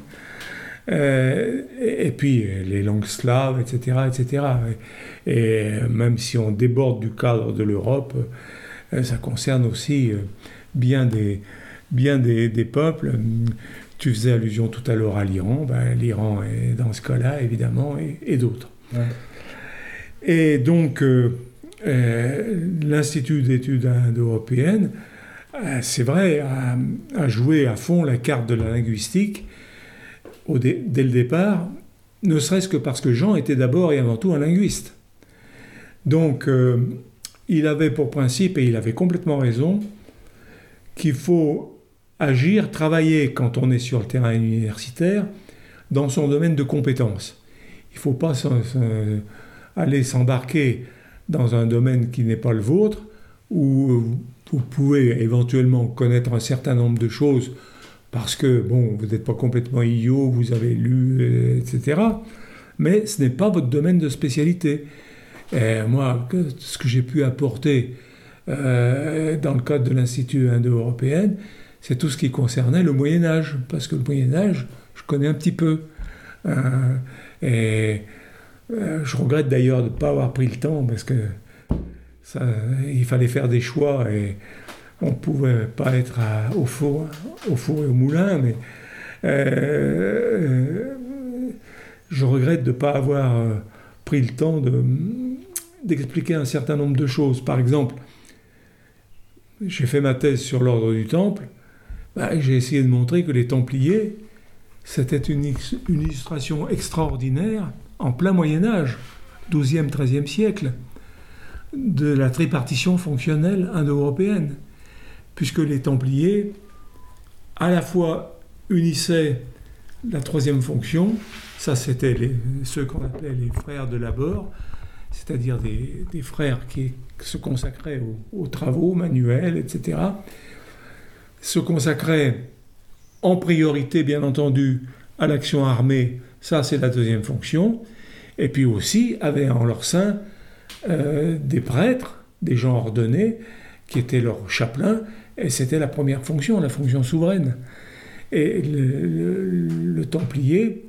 Euh, et, et puis les langues slaves, et cetera, et cetera. Et, et même si on déborde du cadre de l'Europe, euh, ça concerne aussi euh, bien des, bien des, des peuples. Tu faisais allusion tout à l'heure à l'Iran. Ben, l'Iran est dans ce cas-là, évidemment, et, et d'autres. Ouais. Et donc, euh, euh, l'Institut d'études indo-européennes, euh, c'est vrai, a, a joué à fond la carte de la linguistique au dé, dès le départ, ne serait-ce que parce que Jean était d'abord et avant tout un linguiste. Donc, euh, il avait pour principe, et il avait complètement raison, qu'il faut agir, travailler quand on est sur le terrain universitaire dans son domaine de compétences. Il ne faut pas s'en, s'en, aller s'embarquer dans un domaine qui n'est pas le vôtre, où vous pouvez éventuellement connaître un certain nombre de choses parce que, bon, vous n'êtes pas complètement idiot, vous avez lu, et cetera. Mais ce n'est pas votre domaine de spécialité. Et moi, ce que j'ai pu apporter euh, dans le cadre de l'Institut indo-européen, c'est tout ce qui concernait le Moyen-Âge, parce que le Moyen-Âge, je connais un petit peu. Euh, et euh, je regrette d'ailleurs de ne pas avoir pris le temps, parce que ça, il fallait faire des choix, et on ne pouvait pas être à, au, four, au four et au moulin, mais euh, je regrette de ne pas avoir pris le temps de, d'expliquer un certain nombre de choses. Par exemple, j'ai fait ma thèse sur l'ordre du Temple. Ben, j'ai essayé de montrer que les Templiers, c'était une, une illustration extraordinaire en plein Moyen-Âge, douzième treizième siècle, de la tripartition fonctionnelle indo-européenne, puisque les Templiers, à la fois unissaient la troisième fonction, ça c'était les, ceux qu'on appelait les frères de l'abord, c'est-à-dire des, des frères qui se consacraient aux, aux travaux manuels, et cetera, se consacraient en priorité, bien entendu, à l'action armée, ça c'est la deuxième fonction, et puis aussi avaient en leur sein euh, des prêtres, des gens ordonnés, qui étaient leurs chapelains, et c'était la première fonction, la fonction souveraine. Et le, le, le Templier,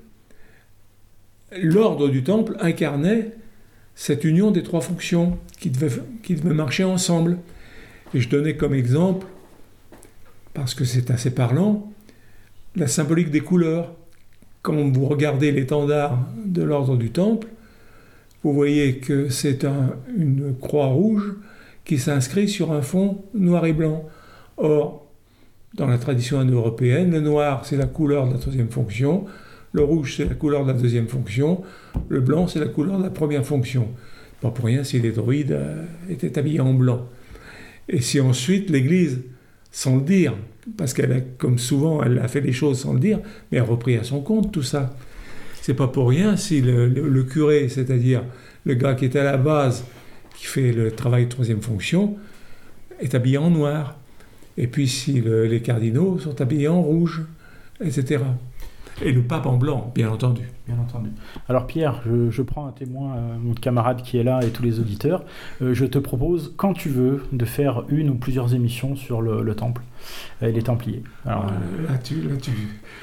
l'ordre du Temple incarnait cette union des trois fonctions qui devaient, qui devaient marcher ensemble. Et je donnais comme exemple, parce que c'est assez parlant, la symbolique des couleurs. Quand vous regardez l'étendard de l'ordre du Temple, vous voyez que c'est un, une croix rouge qui s'inscrit sur un fond noir et blanc. Or, dans la tradition indo-européenne, le noir, c'est la couleur de la troisième fonction, le rouge, c'est la couleur de la deuxième fonction, le blanc, c'est la couleur de la première fonction. Pas pour rien si les druides euh, étaient habillés en blanc. Et si ensuite l'Église, sans le dire, parce qu'elle a, comme souvent, elle a fait les choses sans le dire, mais elle a repris à son compte tout ça. C'est pas pour rien si le, le, le curé, c'est-à-dire le gars qui est à la base, qui fait le travail de troisième fonction, est habillé en noir. Et puis si le, les cardinaux sont habillés en rouge, et cetera. Et le pape en blanc, bien entendu. Bien entendu. Alors Pierre, je, je prends un témoin, euh, mon camarade qui est là et tous les auditeurs. Euh, je te propose, quand tu veux, de faire une ou plusieurs émissions sur le, le temple et les Templiers. Alors, euh, là, tu, là, tu,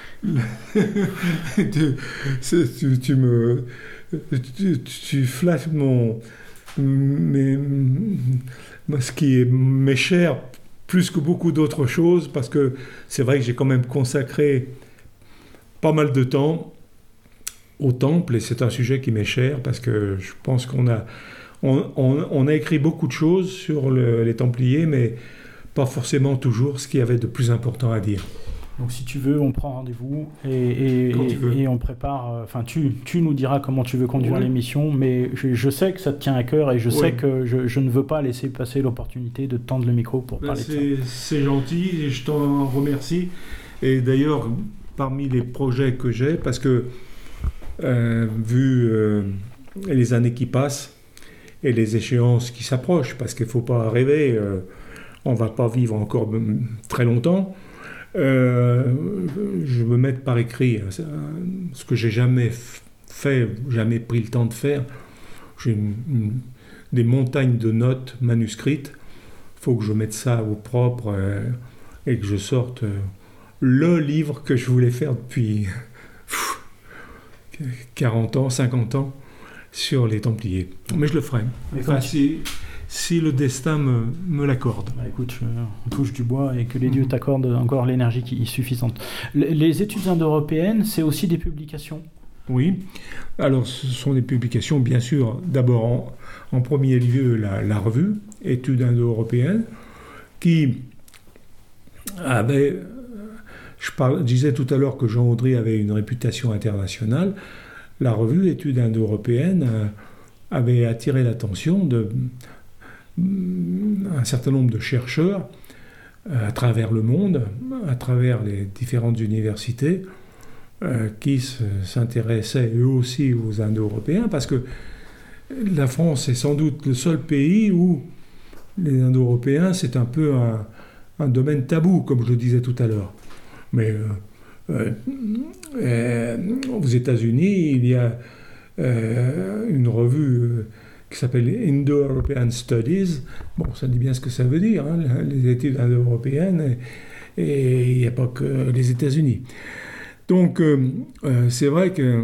là, tu, tu, tu me, tu, tu flattes mon, mes, ce qui m'est cher plus que beaucoup d'autres choses, parce que c'est vrai que j'ai quand même consacré pas mal de temps au temple, et c'est un sujet qui m'est cher, parce que je pense qu'on a, on, on, on a écrit beaucoup de choses sur le, les Templiers, mais pas forcément toujours ce qu'il y avait de plus important à dire. Donc si tu veux, on prend rendez-vous et, et, et, et on prépare, enfin tu, tu nous diras comment tu veux conduire oui. l'émission, mais je, je sais que ça te tient à cœur et je oui. sais que je, je ne veux pas laisser passer l'opportunité de tendre le micro pour ben parler c'est, de ça. C'est gentil et je t'en remercie. Et d'ailleurs, parmi les projets que j'ai, parce que euh, vu euh, les années qui passent et les échéances qui s'approchent, parce qu'il ne faut pas rêver, euh, on ne va pas vivre encore très longtemps, Euh, je me mets par écrit hein, ce que j'ai jamais fait, jamais pris le temps de faire. J'ai une, une, des montagnes de notes manuscrites. Il faut que je mette ça au propre euh, et que je sorte euh, le livre que je voulais faire depuis pff, quarante ans, cinquante ans sur les Templiers. Mais je le ferai. Enfin, si, si le destin me, me l'accorde. Bah écoute, je, on touche du bois et que les dieux t'accordent encore l'énergie qui est suffisante. Les, les études indo-européennes, c'est aussi des publications ? Oui. Alors, ce sont des publications, bien sûr, d'abord en, en premier lieu la, la revue Études indo-européennes, qui avait... Je, parle, je disais tout à l'heure que Jean Audry avait une réputation internationale. La revue Études indo-européennes avait attiré l'attention de un certain nombre de chercheurs à travers le monde, à travers les différentes universités, euh, qui se, s'intéressaient eux aussi aux Indo-Européens, parce que la France est sans doute le seul pays où les Indo-Européens, c'est un peu un, un domaine tabou, comme je le disais tout à l'heure. Mais euh, euh, aux États-Unis, il y a euh, une revue euh, qui s'appelle Indo-European Studies. Bon, ça dit bien ce que ça veut dire, hein, les études indo-européennes, et, et il n'y a pas que les États-Unis. Donc, euh, euh, c'est vrai que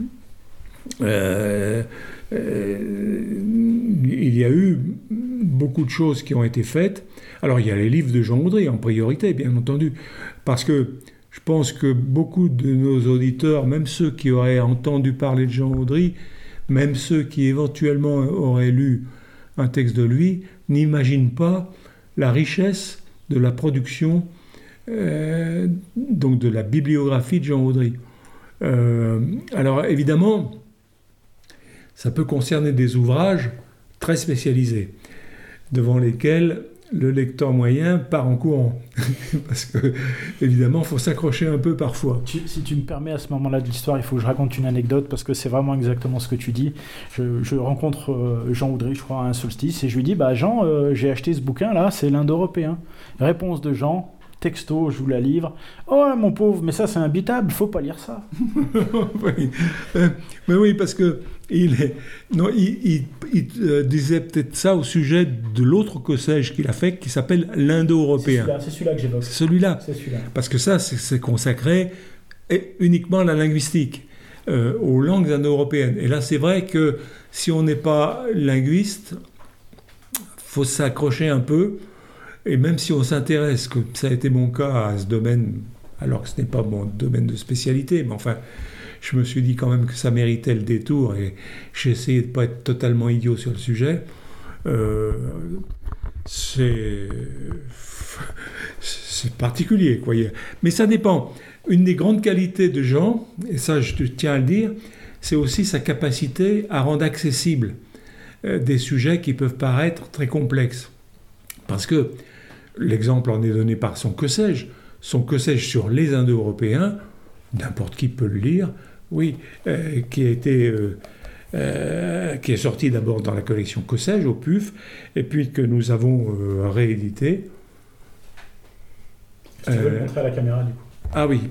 euh, euh, il y a eu beaucoup de choses qui ont été faites. Alors, il y a les livres de Jean Audry en priorité, bien entendu, parce que je pense que beaucoup de nos auditeurs, même ceux qui auraient entendu parler de Jean Audry, même ceux qui éventuellement auraient lu un texte de lui, n'imaginent pas la richesse de la production, euh, donc de la bibliographie de Jean Audry. Euh, alors évidemment, ça peut concerner des ouvrages très spécialisés, devant lesquels le lecteur moyen part en courant. Parce que, évidemment, il faut s'accrocher un peu parfois. Tu, si tu me permets, à ce moment-là de l'histoire, il faut que je raconte une anecdote, parce que c'est vraiment exactement ce que tu dis. Je, je rencontre euh, Jean Audry, je crois, à un solstice, et je lui dis, bah Jean, euh, j'ai acheté ce bouquin-là, c'est l'Indo-Européen. Réponse de Jean, texto, je vous la livre. Oh mon pauvre, mais ça c'est imbitable, faut pas lire ça. Oui. Euh, mais oui, parce que il, est, non, il, il, il euh, disait peut-être ça au sujet de l'autre que-sais-je qu'il a fait, qui s'appelle l'Indo-Européen. C'est celui-là, c'est celui-là que j'évoque. C'est celui-là. C'est celui-là. Parce que ça, c'est, c'est consacré uniquement à la linguistique, euh, aux langues indo-européennes. Et là, c'est vrai que si on n'est pas linguiste, faut s'accrocher un peu. Et même si on s'intéresse, comme ça a été mon cas à ce domaine, alors que ce n'est pas mon domaine de spécialité, mais enfin, je me suis dit quand même que ça méritait le détour et j'ai essayé de ne pas être totalement idiot sur le sujet. Euh, c'est, c'est particulier, quoi. Mais ça dépend. Une des grandes qualités de Jean, et ça je tiens à le dire, c'est aussi sa capacité à rendre accessibles euh, des sujets qui peuvent paraître très complexes. Parce que l'exemple en est donné par son que sais-je, son que sais-je sur les Indo-Européens, n'importe qui peut le lire, oui, euh, qui a été, euh, euh, qui est sorti d'abord dans la collection que sais-je au P U F, et puis que nous avons euh, réédité. Si tu veux le montrer à la caméra du coup. Ah oui.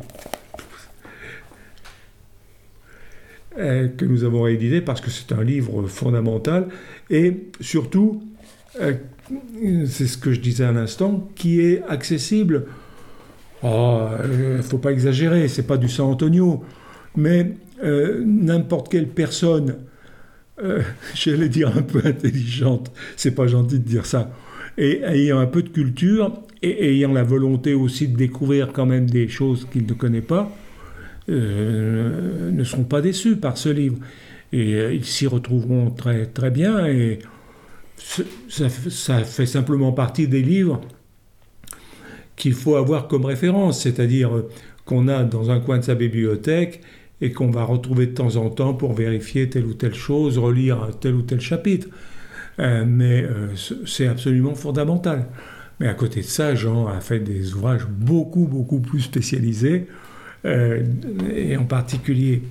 Euh, que nous avons réédité parce que c'est un livre fondamental et surtout. Euh, c'est ce que je disais à l'instant, qui est accessible. Oh, euh, faut pas exagérer, c'est pas du San Antonio, mais euh, n'importe quelle personne, euh, j'allais dire un peu intelligente, c'est pas gentil de dire ça, et ayant un peu de culture et ayant la volonté aussi de découvrir quand même des choses qu'il ne connaît pas, euh, ne seront pas déçus par ce livre. Et euh, ils s'y retrouveront très très bien et Ça, ça fait simplement partie des livres qu'il faut avoir comme référence, c'est-à-dire qu'on a dans un coin de sa bibliothèque et qu'on va retrouver de temps en temps pour vérifier telle ou telle chose, relire tel ou tel chapitre. Euh, mais euh, c'est absolument fondamental. Mais à côté de ça, Jean a fait des ouvrages beaucoup, beaucoup plus spécialisés, euh, et en particulier,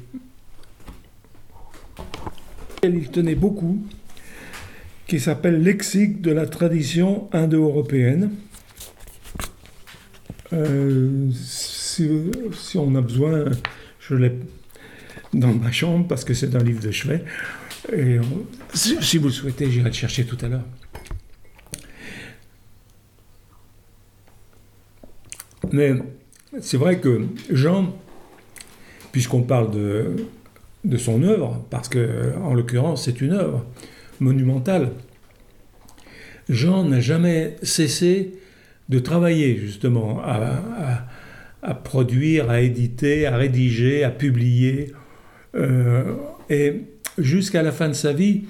il tenait beaucoup, qui s'appelle Lexique de la tradition indo-européenne. Euh, si, si on a besoin, je l'ai dans ma chambre parce que c'est un livre de chevet. Et on, si, si vous le souhaitez, j'irai le chercher tout à l'heure. Mais c'est vrai que Jean, puisqu'on parle de, de son œuvre, parce que en l'occurrence c'est une œuvre monumentale, Jean n'a jamais cessé de travailler justement à, à, à produire, à éditer, à rédiger, à publier, euh, et jusqu'à la fin de sa vie,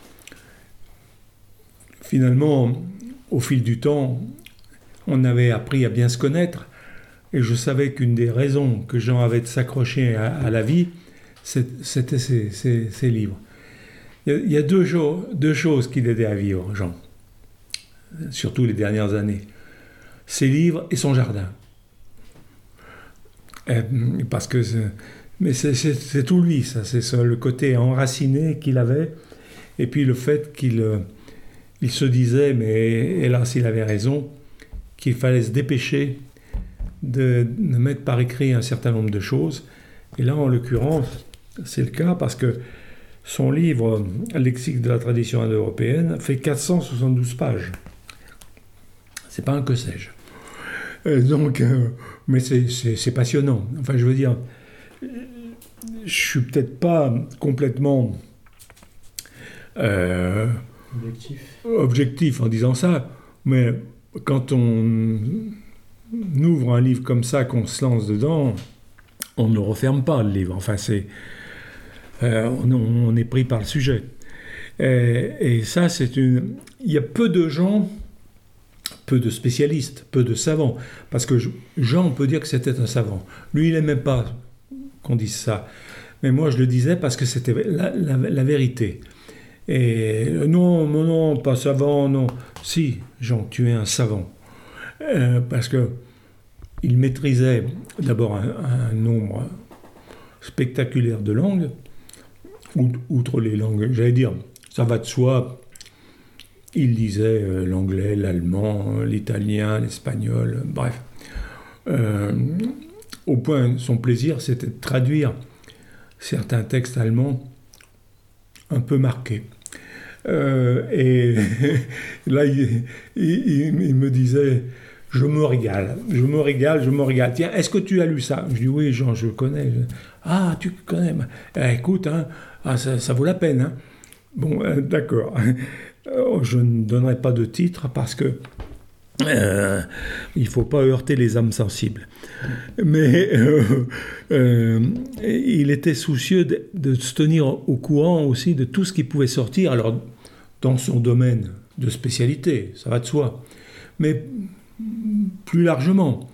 finalement, au fil du temps, on avait appris à bien se connaître, et je savais qu'une des raisons que Jean avait de s'accrocher à, à la vie, c'était ses, ses, ses livres. Il y a deux, jo- deux choses qui l'aidaient à vivre, Jean, surtout les dernières années. Ses livres et son jardin. Et parce que c'est, mais c'est, c'est, c'est tout lui, ça. C'est ça, le côté enraciné qu'il avait, et puis le fait qu'il il se disait, mais hélas, il avait raison, qu'il fallait se dépêcher de, de mettre par écrit un certain nombre de choses. Et là, en l'occurrence, c'est le cas parce que son livre « Lexique de la tradition indo-européenne » fait quatre cent soixante-douze pages. C'est pas un que sais-je. Euh, donc, euh, mais c'est, c'est, c'est passionnant. Enfin, je veux dire, je suis peut-être pas complètement euh, objectif. objectif en disant ça, mais quand on ouvre un livre comme ça, qu'on se lance dedans, on ne referme pas le livre. Enfin, c'est Euh, on, on est pris par le sujet. Et, et ça, c'est une... Il y a peu de gens, peu de spécialistes, peu de savants. Parce que Jean, on peut dire que c'était un savant. Lui, il n'aimait pas qu'on dise ça. Mais moi, je le disais parce que c'était la, la, la vérité. Et non, non, pas savant, non. Si, Jean, tu es un savant. Euh, parce que il maîtrisait d'abord un, un nombre spectaculaire de langues, outre les langues, j'allais dire, ça va de soi, il lisait euh, l'anglais, l'allemand, l'italien, l'espagnol, bref. Euh, au point, son plaisir, c'était de traduire certains textes allemands un peu marqués. Euh, et là, il, il, il me disait, je me régale, je me régale, je me régale. Tiens, est-ce que tu as lu ça? Je dis, oui, Jean, je connais. Ah, tu connais? Eh, écoute, hein, ah, ça, ça vaut la peine. Hein. Bon, euh, d'accord. Je ne donnerai pas de titre parce que euh, il ne faut pas heurter les âmes sensibles. Mais euh, euh, il était soucieux de, de se tenir au courant aussi de tout ce qui pouvait sortir. Alors, dans son domaine de spécialité, ça va de soi. Mais plus largement,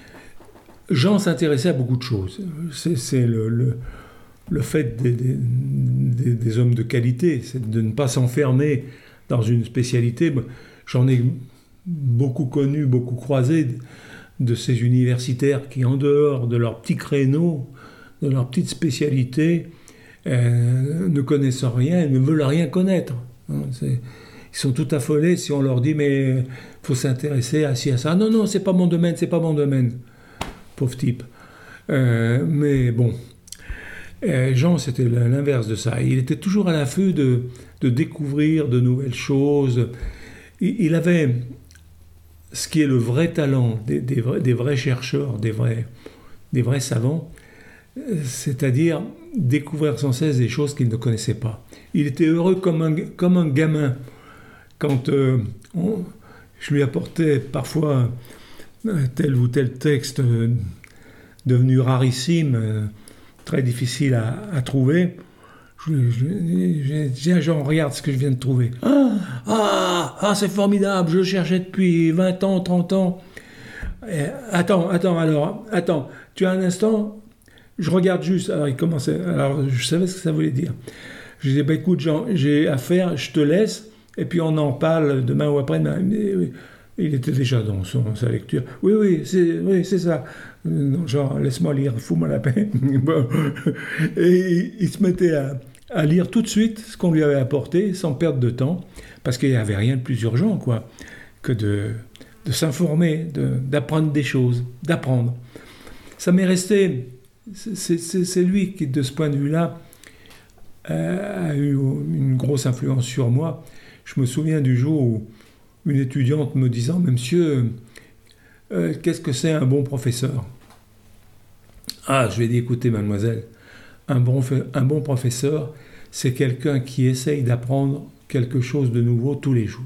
Jean s'intéressait à beaucoup de choses. C'est, c'est le, le, le fait des, des, des, des hommes de qualité, c'est de ne pas s'enfermer dans une spécialité. J'en ai beaucoup connu, beaucoup croisé de ces universitaires qui, en dehors de leur petit créneau, de leur petite spécialité, euh, ne connaissent rien et ne veulent rien connaître. C'est, ils sont tout affolés si on leur dit mais il faut s'intéresser à ci, à ça. Non, non, c'est pas mon domaine, c'est pas mon domaine. Pauvre type. Euh, mais bon, euh, Jean, c'était l'inverse de ça. Il était toujours à l'affût de, de découvrir de nouvelles choses. Il, il avait ce qui est le vrai talent des, des, vrais, des vrais chercheurs, des vrais, des vrais savants, c'est-à-dire découvrir sans cesse des choses qu'il ne connaissait pas. Il était heureux comme un, comme un gamin quand euh, on, je lui apportais parfois tel ou tel texte euh, devenu rarissime, euh, très difficile à, à trouver. Je, je, je, tiens, Jean, regarde ce que je viens de trouver. Ah, ah, ah, c'est formidable, je le cherchais depuis vingt ans, trente ans. Et, attends, attends, alors, attends, tu as un instant? Je regarde juste. Alors, il commençait. Alors, je savais ce que ça voulait dire. Je disais, bah, écoute, Jean, j'ai affaire, je te laisse, et puis on en parle demain ou après-demain. Il était déjà dans son, sa lecture. Oui, oui, c'est, oui, c'est ça. Genre, laisse-moi lire, fous-moi la paix. Bon. Et il, il se mettait à, à lire tout de suite ce qu'on lui avait apporté, sans perdre de temps, parce qu'il n'y avait rien de plus urgent, quoi, que de, de s'informer, de, d'apprendre des choses, d'apprendre. Ça m'est resté... C'est, c'est, c'est lui qui, de ce point de vue-là, a eu une grosse influence sur moi. Je me souviens du jour où une étudiante me disant « Mais monsieur, euh, qu'est-ce que c'est un bon professeur ?» Ah, je lui ai dit « Écoutez, mademoiselle, un bon, un bon professeur, c'est quelqu'un qui essaye d'apprendre quelque chose de nouveau tous les jours. »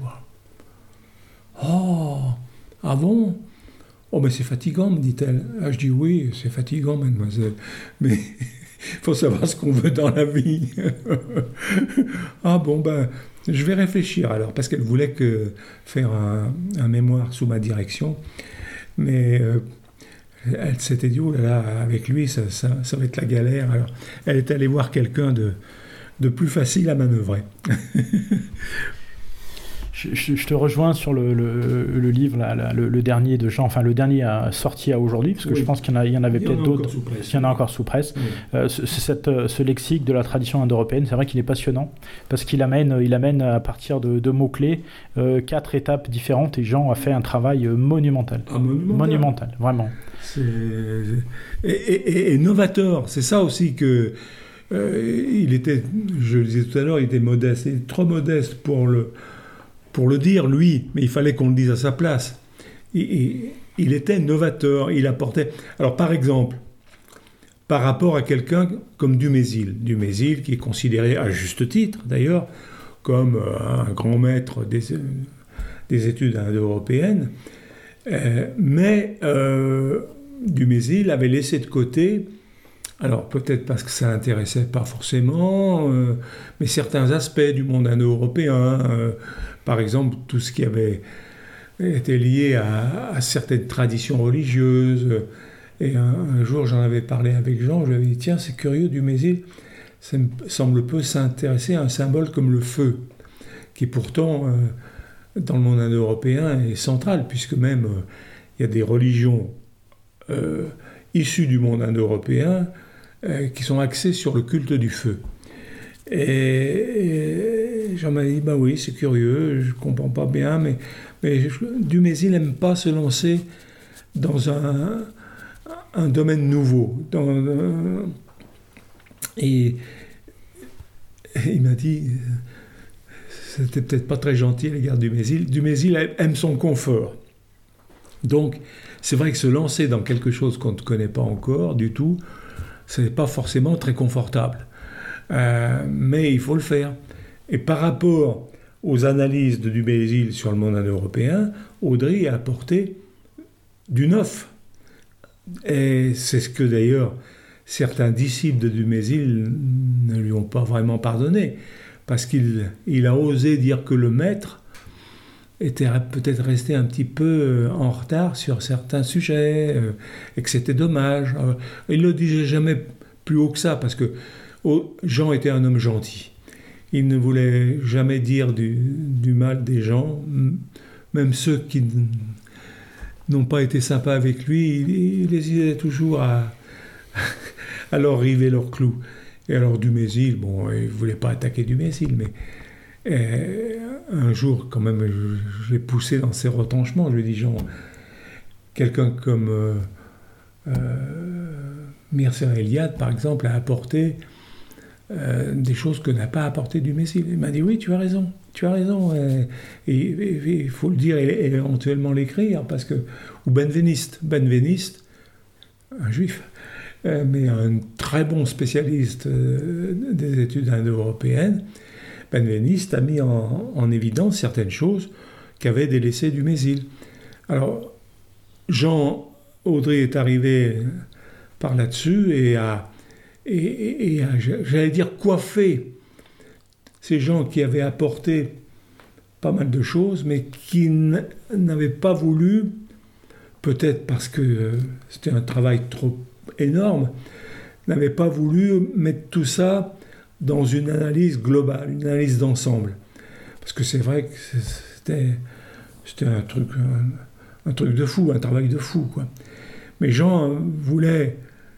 Oh, ah bon ? « Oh, mais c'est fatigant, me dit-elle. » Ah, je dis « Oui, c'est fatigant, mademoiselle, mais il faut savoir ce qu'on veut dans la vie. » Ah bon, ben, je vais réfléchir alors, parce qu'elle voulait que faire un, un mémoire sous ma direction, mais euh, elle s'était dit « Oh là là, avec lui, ça, ça, ça va être la galère. » Alors, elle est allée voir quelqu'un de, de plus facile à manœuvrer. Je, je, je te rejoins sur le, le, le livre, là, là, le, le dernier de Jean, enfin le dernier à, sorti à aujourd'hui, parce que oui. Je pense qu'il y en, a, il y en avait il y peut-être en d'autres, s'il y en a encore sous presse. Oui. Euh, ce, cette, ce lexique de la tradition indo-européenne, c'est vrai qu'il est passionnant, parce qu'il amène, il amène à partir de, de mots-clés euh, quatre étapes différentes, et Jean a fait un travail monumental. Ah, monumental. Monumental, vraiment. C'est... Et, et, et novateur, c'est ça aussi que... Euh, il était, je le disais tout à l'heure, il était modeste, il était trop modeste pour le... pour le dire, lui, mais il fallait qu'on le dise à sa place. Il, il, il était novateur, il apportait... Alors, par exemple, par rapport à quelqu'un comme Dumézil, Dumézil qui est considéré, à juste titre d'ailleurs, comme un grand maître des, des études indo-européennes, euh, mais euh, Dumézil avait laissé de côté, alors peut-être parce que ça ne l'intéressait pas forcément, euh, mais certains aspects du monde indo-européen, euh, par exemple, tout ce qui avait été lié à, à certaines traditions religieuses. Et un, un jour, j'en avais parlé avec Jean, je lui avais dit « Tiens, c'est curieux, Dumézil, ça me semble peu s'intéresser à un symbole comme le feu, qui pourtant, euh, dans le monde indo-européen, est central, puisque même euh, il y a des religions euh, issues du monde indo-européen euh, qui sont axées sur le culte du feu. » Et, et Jean m'a dit, bah oui, c'est curieux, je ne comprends pas bien, mais, mais Dumézil n'aime pas se lancer dans un, un domaine nouveau. Dans, euh, et, et il m'a dit, c'était peut-être pas très gentil à l'égard du Dumézil. Dumézil aime son confort. Donc, c'est vrai que se lancer dans quelque chose qu'on ne connaît pas encore du tout, ce n'est pas forcément très confortable. Euh, mais il faut le faire. Et par rapport aux analyses de Dumézil sur le monde indo-européen, Audry a apporté du neuf. Et c'est ce que d'ailleurs certains disciples de Dumézil ne lui ont pas vraiment pardonné, parce qu'il il a osé dire que le maître était peut-être resté un petit peu en retard sur certains sujets, euh, et que c'était dommage. Alors, il ne le disait jamais plus haut que ça, parce que oh, Jean était un homme gentil. Il ne voulait jamais dire du, du mal des gens, même ceux qui n'ont pas été sympas avec lui, il, il hésitait toujours à, à leur river leurs clous. Et alors Dumézil, bon, il ne voulait pas attaquer Dumézil, mais euh, un jour, quand même, je, je l'ai poussé dans ses retranchements. Je lui ai dit, Jean, quelqu'un comme euh, euh, Mircea Eliade, par exemple, a apporté euh, des choses que n'a pas apporté Dumézil. Il m'a dit, oui, tu as raison, tu as raison. Et il faut le dire et, et éventuellement l'écrire, parce que... Ou Benveniste, Benveniste, un juif, euh, mais un très bon spécialiste euh, des études indo-européennes, Benveniste a mis en, en évidence certaines choses qu'avait délaissées Dumézil. Alors, Jean Audry est arrivé par là-dessus et a, et, et, et a, j'allais dire, coiffé ces gens qui avaient apporté pas mal de choses, mais qui n'avaient pas voulu, peut-être parce que euh, c'était un travail trop énorme, n'avaient pas voulu mettre tout ça dans une analyse globale, une analyse d'ensemble. Parce que c'est vrai que c'était, c'était un truc, un, un truc de fou, un travail de fou, quoi. Mais Jean voulait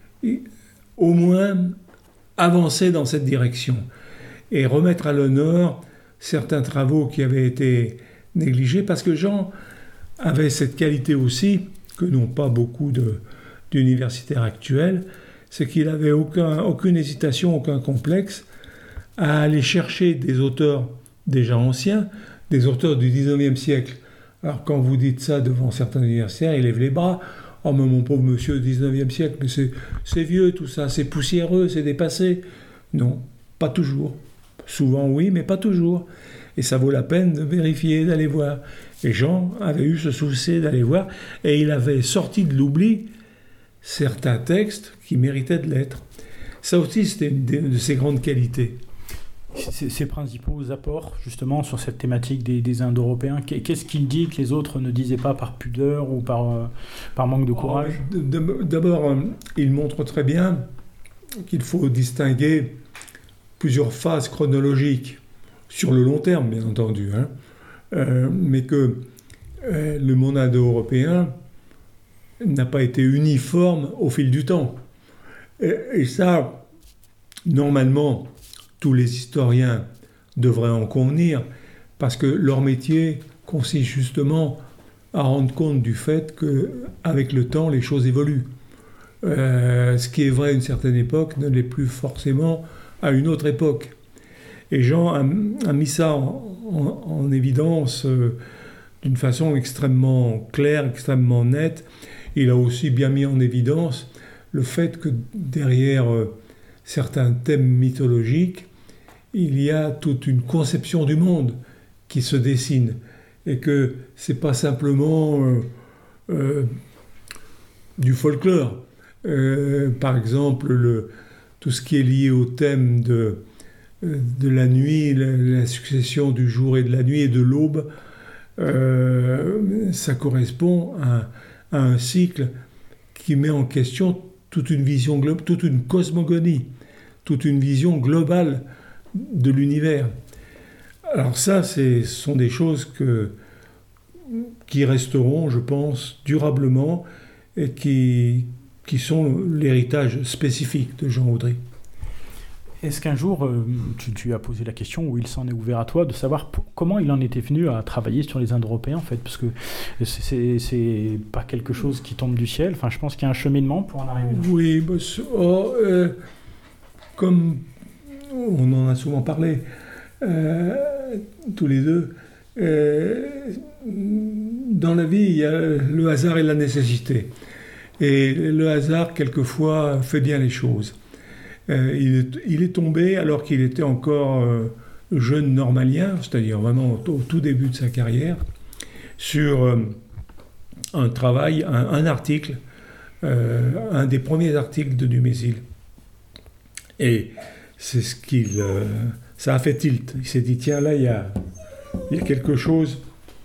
au moins avancer dans cette direction et remettre à l'honneur certains travaux qui avaient été négligés, parce que Jean avait cette qualité aussi, que n'ont pas beaucoup de, d'universitaires actuels, c'est qu'il n'avait aucun, aucune hésitation, aucun complexe à aller chercher des auteurs déjà anciens, des auteurs du dix-neuvième siècle. Alors quand vous dites ça devant certains universitaires, ils lèvent les bras. « Oh mais mon pauvre monsieur, dix-neuvième siècle, mais c'est, c'est vieux tout ça, c'est poussiéreux, c'est dépassé. » Non, pas toujours. Souvent oui, mais pas toujours. Et ça vaut la peine de vérifier, d'aller voir. Et Jean avait eu ce souci d'aller voir, et il avait sorti de l'oubli certains textes qui méritaient de l'être. Ça aussi, c'était une de ses grandes qualités. Ses principaux apports, justement, sur cette thématique des, des Indo-Européens, qu'est-ce qu'il dit que les autres ne disaient pas par pudeur ou par, euh, par manque de courage ? D'abord, il montre très bien qu'il faut distinguer plusieurs phases chronologiques, sur le long terme, bien entendu, hein, euh, mais que euh, le monde indo-européen n'a pas été uniforme au fil du temps. Et, et ça, normalement, tous les historiens devraient en convenir, parce que leur métier consiste justement à rendre compte du fait qu'avec le temps, les choses évoluent. Euh, ce qui est vrai à une certaine époque ne l'est plus forcément à une autre époque. Et Jean a, a mis ça en, en, en évidence euh, d'une façon extrêmement claire, extrêmement nette. Il a aussi bien mis en évidence le fait que derrière euh, certains thèmes mythologiques, il y a toute une conception du monde qui se dessine, et que c'est pas simplement euh, euh, du folklore. Euh, par exemple, le, tout ce qui est lié au thème de, de la nuit, la, la succession du jour et de la nuit et de l'aube, euh, ça correspond à, à un cycle qui met en question toute une vision, toute une cosmogonie, toute une vision globale de l'univers. Alors ça, ce sont des choses que, qui resteront, je pense, durablement, et qui, qui sont l'héritage spécifique de Jean Audry. Est-ce qu'un jour, euh, tu, tu as posé la question, ou il s'en est ouvert à toi, de savoir p- comment il en était venu à travailler sur les Indo-Européens, en fait, parce que c'est, c'est, c'est pas quelque chose qui tombe du ciel. Enfin, je pense qu'il y a un cheminement pour en arriver là. Oui, bah, oh, euh, comme on en a souvent parlé, euh, tous les deux, euh, dans la vie, il y a le hasard et la nécessité. Et le hasard, quelquefois, fait bien les choses. Euh, il, est, il est tombé alors qu'il était encore euh, jeune normalien, c'est-à-dire vraiment au, au tout début de sa carrière, sur euh, un travail, un, un article, euh, un des premiers articles de Dumézil. Et c'est ce qu'il... Euh, ça a fait tilt. Il s'est dit, tiens, là, il y a, il y a quelque chose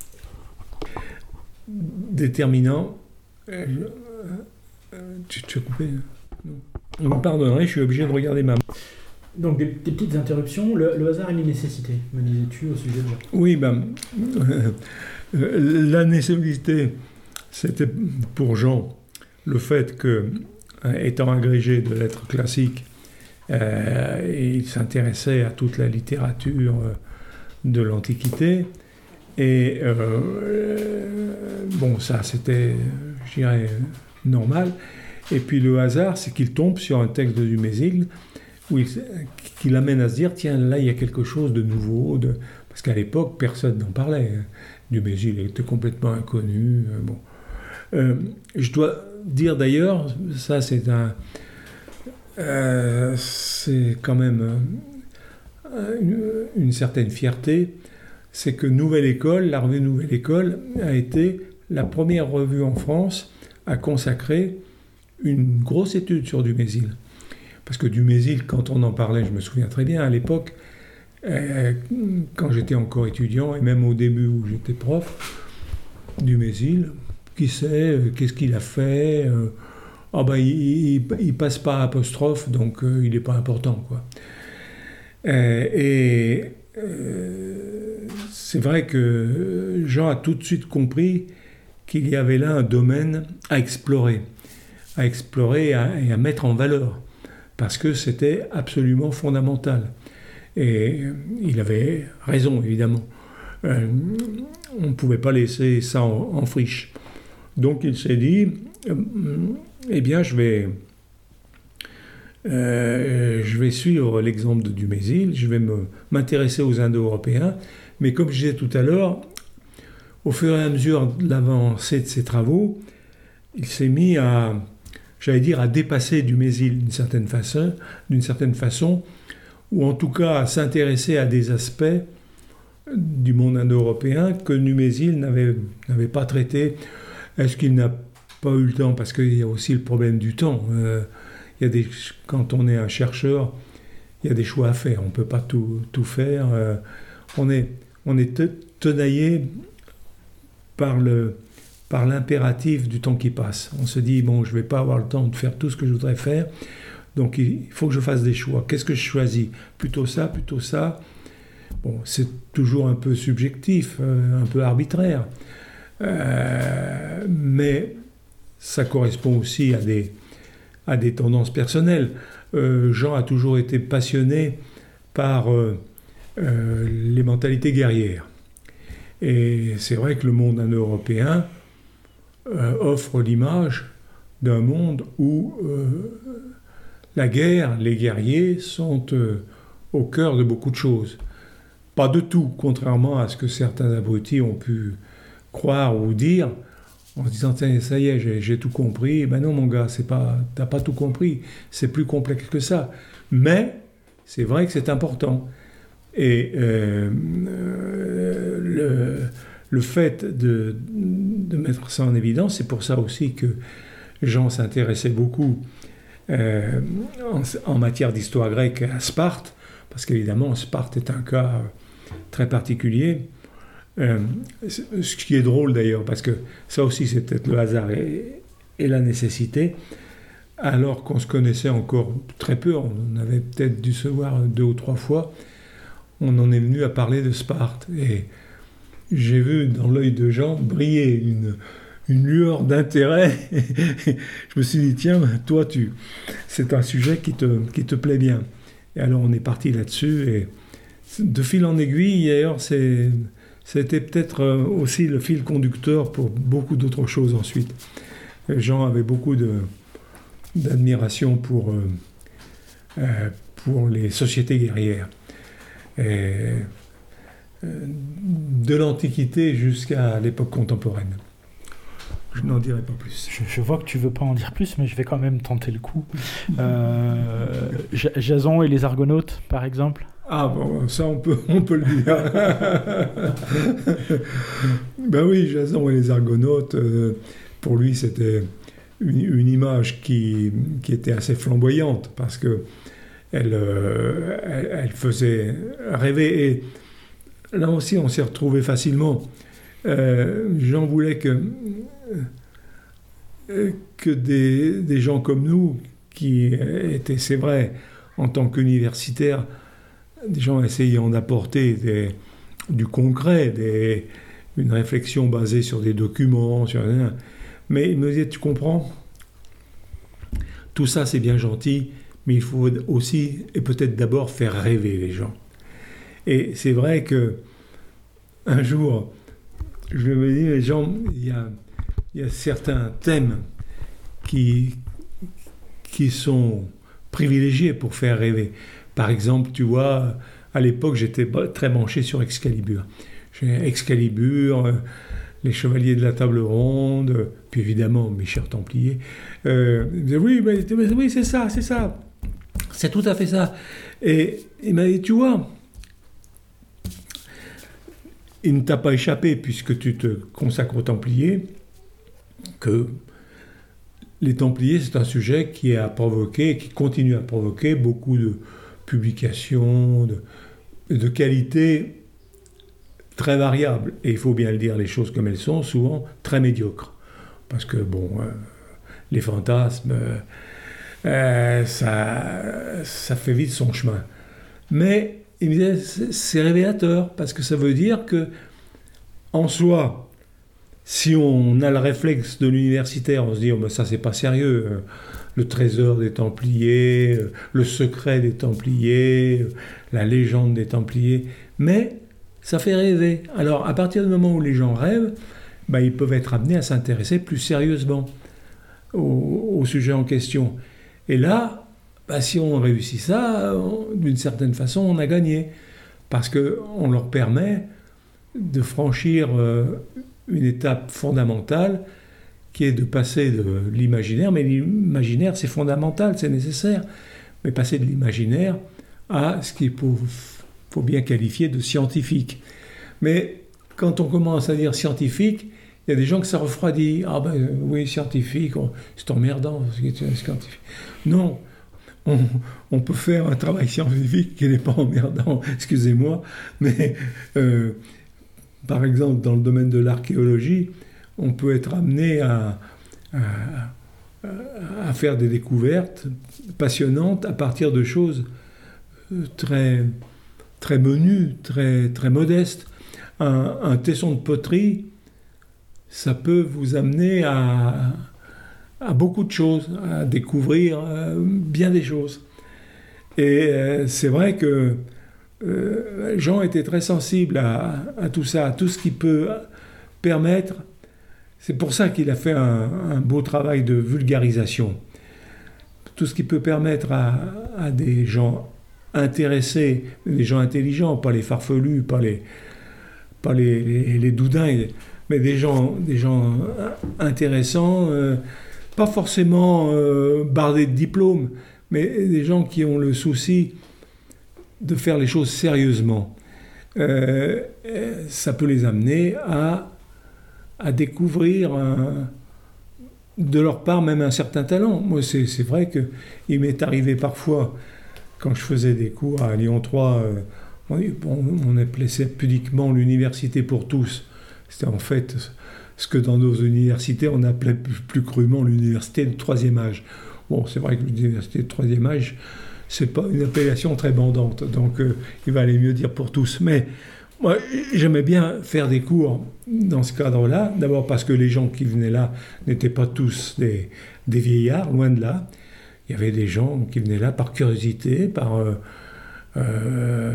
déterminant. Euh, euh, tu, tu as coupé non. Vous me pardonnerez, je suis obligé de regarder ma main. Donc, des, des petites interruptions. Le, le hasard et les nécessités, me disais-tu au sujet de ça? Oui, ben, euh, la nécessité, c'était pour Jean le fait que, étant agrégé de lettres classiques, euh, il s'intéressait à toute la littérature de l'Antiquité. Et euh, euh, bon, ça, c'était, je dirais, normal. Et puis le hasard, c'est qu'il tombe sur un texte de Dumézil où il, qui l'amène à se dire, tiens, là, il y a quelque chose de nouveau, de... parce qu'à l'époque, personne n'en parlait. Dumézil était complètement inconnu. Bon. Euh, je dois dire d'ailleurs, ça c'est un... Euh, c'est quand même euh, une, une certaine fierté, c'est que Nouvelle École, la revue Nouvelle École, a été la première revue en France à consacrer une grosse étude sur Dumézil. Parce que Dumézil, quand on en parlait, je me souviens très bien, à l'époque, euh, quand j'étais encore étudiant, et même au début où j'étais prof, Dumézil, qui sait, euh, qu'est-ce qu'il a fait euh, ah ben, il, il, il passe pas apostrophe, donc euh, il n'est pas important, quoi. Euh, et euh, c'est vrai que Jean a tout de suite compris qu'il y avait là un domaine à explorer. à explorer et à, et à mettre en valeur, parce que c'était absolument fondamental. Et il avait raison, évidemment. Euh, on ne pouvait pas laisser ça en, en friche. Donc il s'est dit, euh, eh bien, je vais, euh, je vais suivre l'exemple de Dumézil, je vais me, m'intéresser aux Indo-Européens, mais comme je disais tout à l'heure, au fur et à mesure de l'avancée de ses travaux, il s'est mis à... j'allais dire, à dépasser Dumézil d'une certaine façon, d'une certaine façon, ou en tout cas à s'intéresser à des aspects du monde indo-européen que Dumézil n'avait, n'avait pas traité. Est-ce qu'il n'a pas eu le temps? Parce qu'il y a aussi le problème du temps. Euh, il y a des, quand on est un chercheur, il y a des choix à faire. On ne peut pas tout, tout faire. Euh, on est, on est tenaillé par le... par l'impératif du temps qui passe. On se dit, bon, je ne vais pas avoir le temps de faire tout ce que je voudrais faire, donc il faut que je fasse des choix. Qu'est-ce que je choisis? Plutôt ça, plutôt ça. Bon, c'est toujours un peu subjectif, euh, un peu arbitraire, euh, mais ça correspond aussi à des, à des tendances personnelles. Euh, Jean a toujours été passionné par euh, euh, les mentalités guerrières. Et c'est vrai que le monde indo-européen Euh, offre l'image d'un monde où euh, la guerre, les guerriers sont euh, au cœur de beaucoup de choses. Pas de tout, contrairement à ce que certains abrutis ont pu croire ou dire, en se disant, tiens, ça y est, j'ai, j'ai tout compris. Ben non, mon gars, c'est pas, t'as pas tout compris, c'est plus complexe que ça. Mais c'est vrai que c'est important. Et euh, euh, le... Le fait de, de mettre ça en évidence, c'est pour ça aussi que Jean s'intéressait beaucoup euh, en, en matière d'histoire grecque à Sparte, parce qu'évidemment, Sparte est un cas très particulier. Euh, ce qui est drôle d'ailleurs, parce que ça aussi c'est peut-être le hasard et, et la nécessité, alors qu'on se connaissait encore très peu, on avait peut-être dû se voir deux ou trois fois, on en est venu à parler de Sparte. Et j'ai vu dans l'œil de Jean briller une, une lueur d'intérêt. Je me suis dit, tiens, toi, tu, c'est un sujet qui te, qui te plaît bien. Et alors on est parti là-dessus. Et de fil en aiguille, d'ailleurs, c'est, c'était peut-être aussi le fil conducteur pour beaucoup d'autres choses ensuite. Jean avait beaucoup de, d'admiration pour, euh, euh, pour les sociétés guerrières. Et, euh, de l'Antiquité jusqu'à l'époque contemporaine. Je n'en dirai pas plus. Je, je vois que tu veux pas en dire plus, mais je vais quand même tenter le coup. Euh, Jason et les Argonautes, par exemple. Ah bon, ça on peut, on peut le dire. Ben oui, Jason et les Argonautes, euh, pour lui c'était une, une image qui, qui était assez flamboyante, parce que elle, euh, elle, elle faisait rêver. Et là aussi on s'y retrouvait facilement. Euh, Jean voulait que, que des, des gens comme nous, qui étaient, c'est vrai, en tant qu'universitaires, des gens essayant d'apporter des, du concret, des, une réflexion basée sur des documents, sur, mais il me disait, tu comprends, tout ça c'est bien gentil, mais il faut aussi, et peut-être d'abord, faire rêver les gens. Et c'est vrai que un jour, je me dis, les gens, il y a, il y a certains thèmes qui, qui sont privilégiés pour faire rêver. Par exemple, tu vois, à l'époque, j'étais très branché sur Excalibur. Excalibur, euh, les Chevaliers de la Table Ronde, puis évidemment, mes chers Templiers. Euh, ils disaient, oui, mais, mais, oui, c'est ça, c'est ça. C'est tout à fait ça. Et il m'a dit, tu vois, il ne t'a pas échappé, puisque tu te consacres aux Templiers, que les Templiers, c'est un sujet qui a provoqué, qui continue à provoquer beaucoup de publications, de, de qualité très variables. Et il faut bien le dire, les choses comme elles sont, souvent très médiocres. Parce que, bon, euh, les fantasmes, euh, euh, ça, ça fait vite son chemin. Mais il me disait, c'est révélateur, parce que ça veut dire que, en soi, si on a le réflexe de l'universitaire, on se dit, oh, ben ça c'est pas sérieux, le trésor des Templiers, le secret des Templiers, la légende des Templiers, mais ça fait rêver. Alors, à partir du moment où les gens rêvent, ben, ils peuvent être amenés à s'intéresser plus sérieusement au, au sujet en question. Et là, bah, si on réussit ça, on, d'une certaine façon, on a gagné. Parce qu'on leur permet de franchir euh, une étape fondamentale qui est de passer de l'imaginaire. Mais l'imaginaire, c'est fondamental, c'est nécessaire. Mais passer de l'imaginaire à ce qu'il faut, faut bien qualifier de scientifique. Mais quand on commence à dire scientifique, il y a des gens que ça refroidit. Ah ben oui, scientifique, on, c'est emmerdant, scientifique. Non. On, on peut faire un travail scientifique qui n'est pas emmerdant, excusez-moi, mais euh, par exemple, dans le domaine de l'archéologie, on peut être amené à, à, à faire des découvertes passionnantes à partir de choses très, très menues, très, très modestes. Un, un tesson de poterie, ça peut vous amener à... à beaucoup de choses, à découvrir euh, bien des choses. Et euh, c'est vrai que euh, Jean était très sensible à, à tout ça, à tout ce qui peut permettre. C'est pour ça qu'il a fait un, un beau travail de vulgarisation. Tout ce qui peut permettre à, à des gens intéressés, des gens intelligents, pas les farfelus, pas les, pas les, les, les doudins, mais des gens, des gens intéressants, euh, pas forcément euh, bardés de diplômes, mais des gens qui ont le souci de faire les choses sérieusement. Euh, ça peut les amener à, à découvrir un, de leur part même un certain talent. Moi, c'est, c'est vrai qu'il m'est arrivé parfois, quand je faisais des cours à Lyon trois, euh, on, on appelait ça pudiquement l'université pour tous. C'était en fait ce que dans nos universités, on appelait plus, plus crûment l'université de troisième âge. Bon, c'est vrai que l'université de troisième âge, c'est pas une appellation très bandante, donc euh, il valait mieux dire pour tous. Mais moi, j'aimais bien faire des cours dans ce cadre-là, d'abord parce que les gens qui venaient là n'étaient pas tous des, des vieillards, loin de là. Il y avait des gens qui venaient là par curiosité, par... Euh, euh,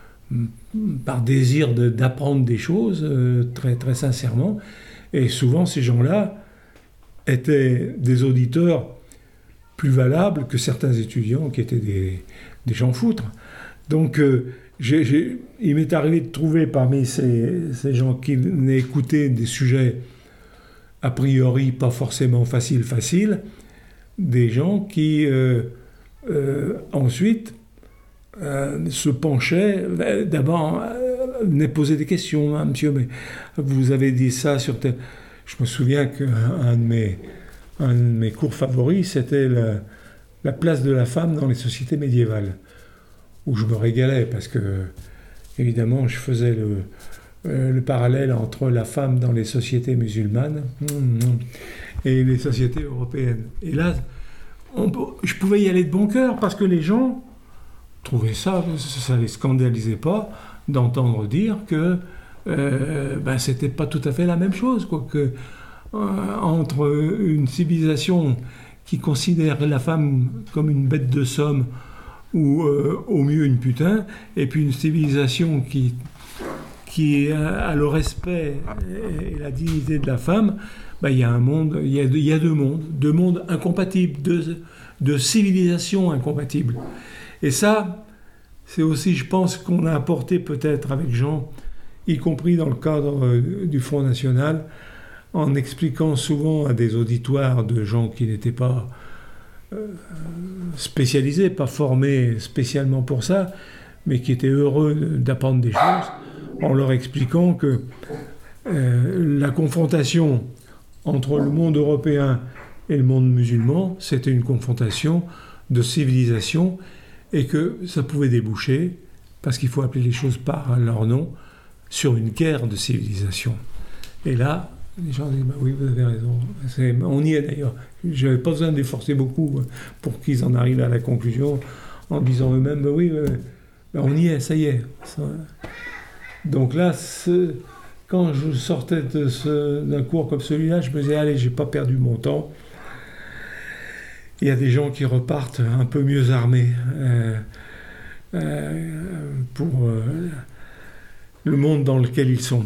par désir de, d'apprendre des choses, euh, très, très sincèrement. Et souvent, ces gens-là étaient des auditeurs plus valables que certains étudiants qui étaient des, des gens foutres. Donc, euh, j'ai, j'ai, il m'est arrivé de trouver parmi ces, ces gens qui écoutaient des sujets a priori pas forcément faciles, faciles, des gens qui euh, euh, ensuite euh, se penchaient, d'abord euh, venaient poser des questions. Hein, monsieur, mais vous avez dit ça sur tel... Je me souviens qu'un de mes, un de mes cours favoris, c'était la, la place de la femme dans les sociétés médiévales, où je me régalais parce que, évidemment, je faisais le, euh, le parallèle entre la femme dans les sociétés musulmanes et les sociétés européennes. Et là, on, je pouvais y aller de bon cœur parce que les gens trouvaient ça, ça ne les scandalisait pas d'entendre dire que euh, ben, c'était pas tout à fait la même chose, quoi, que euh, entre une civilisation qui considère la femme comme une bête de somme ou euh, au mieux une putain, et puis une civilisation qui, qui a le respect et la dignité de la femme, ben, il y a un monde, il y a, il y a deux mondes, deux mondes incompatibles, deux, deux civilisations incompatibles. Et ça, c'est aussi, je pense, qu'on a apporté peut-être avec Jean, y compris dans le cadre euh, du Front National, en expliquant souvent à des auditoires de gens qui n'étaient pas euh, spécialisés, pas formés spécialement pour ça, mais qui étaient heureux d'apprendre des choses, en leur expliquant que euh, la confrontation entre le monde européen et le monde musulman, c'était une confrontation de civilisation et que ça pouvait déboucher, parce qu'il faut appeler les choses par leur nom, sur une guerre de civilisation. Et là, les gens disent bah oui, vous avez raison. C'est, on y est d'ailleurs. Je n'avais pas besoin d'efforcer beaucoup pour qu'ils en arrivent à la conclusion en disant eux-mêmes bah oui, bah on y est, ça y est. Ça... Donc là, ce... quand je sortais de ce... d'un cours comme celui-là, je me disais allez, j'ai pas perdu mon temps. Il y a des gens qui repartent un peu mieux armés euh, euh, pour euh, le monde dans lequel ils sont.